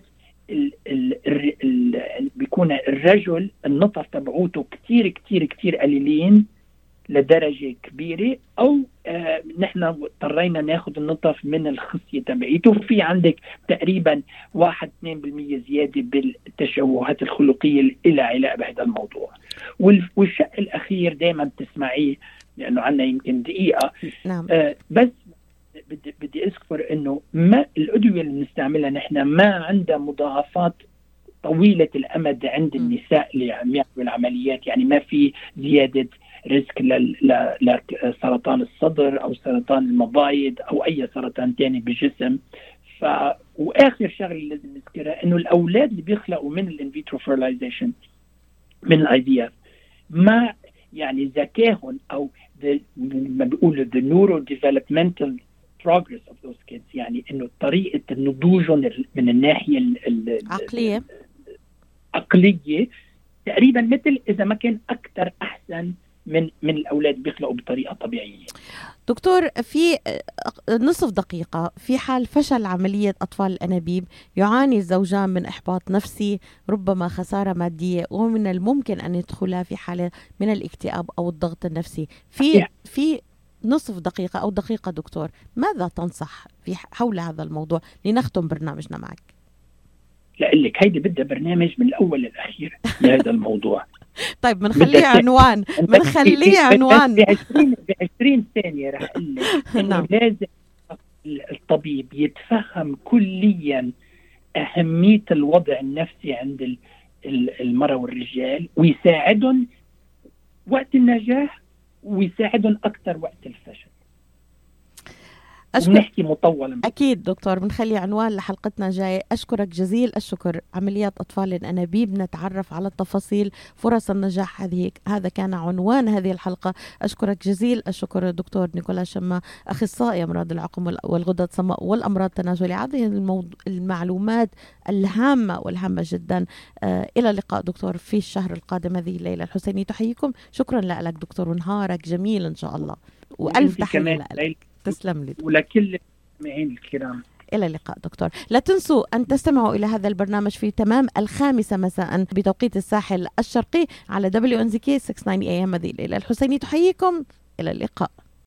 بيكون الرجل النطف تبعوته كتير كتير كتير قليلين لدرجة كبيرة، أو نحن اضطرينا ناخد النطف من الخصية تبعيته. في عندك تقريبا 1-2% زيادة بالتشوهات الخلقية إلى علاقة بهذا الموضوع. والشق الأخير دائما بتسمعيه لأنه عنا يمكن دقيقة. نعم. بس بدي أذكر أنه ما الأدوية اللي بنستعملها نحن ما عندها مضاعفات طويلة الأمد عند النساء اللي عم يعملوا العمليات، يعني ما في زيادة ريسك لسرطان الصدر أو سرطان المبايض أو أي سرطان تاني بالجسم. وآخر شغلة لازم نذكرها إنه الأولاد اللي بيخلقوا من الانفيترو فيرلايزيشن من الاي في اف ما يعني ذكاهم أو ما بيقولوا the neurodevelopmental progress of those kids، يعني إنه طريقة نضوجهم من الناحية عقلية تقريبا مثل إذا ما كان أكثر أحسن من الأولاد بيخلقوا بطريقة طبيعية. دكتور، في نصف دقيقة، في حال فشل عملية أطفال الأنابيب يعاني الزوجان من إحباط نفسي، ربما خسارة مادية، ومن الممكن أن يدخلا في حالة من الاكتئاب أو الضغط النفسي. في نصف دقيقة أو دقيقة دكتور، ماذا تنصح في حول هذا الموضوع لنختم برنامجنا معك؟ لأقلك هيدي بدها برنامج من الأول للأخير لهذا الموضوع. طيب بنخليه عنوان ب 20 ثانية رح أقول لك إنه لازم الطبيب يتفهم كليا أهمية الوضع النفسي عند المرأة والرجال، ويساعدهم وقت النجاح ويساعدهم أكثر وقت الفشل. نحكي مطولا. أكيد دكتور، بنخلي عنوان لحلقتنا جاي. أشكرك جزيل الشكر. عمليات أطفال الأنابيب، نتعرف على التفاصيل، فرص النجاح، هذا كان عنوان هذه الحلقة. أشكرك جزيل الشكر دكتور نيكولا شما، أخصائي أمراض العقم والغدد الصماء والأمراض التناسلية. هذه المعلومات الهامة والهامة جدا. إلى اللقاء دكتور في الشهر القادم. هذه الليلة الحسيني تحييكم. شكرا لك دكتور، ونهارك جميل إن شاء الله، وألف تحية لك. تسلم لي ولكل المستمعين الكرام. إلى اللقاء دكتور. لا تنسوا أن تستمعوا إلى هذا البرنامج في تمام 5 مساء بتوقيت الساحل الشرقي على WNZK 690 AM. هذه الليلة الحسيني تحييكم. إلى اللقاء.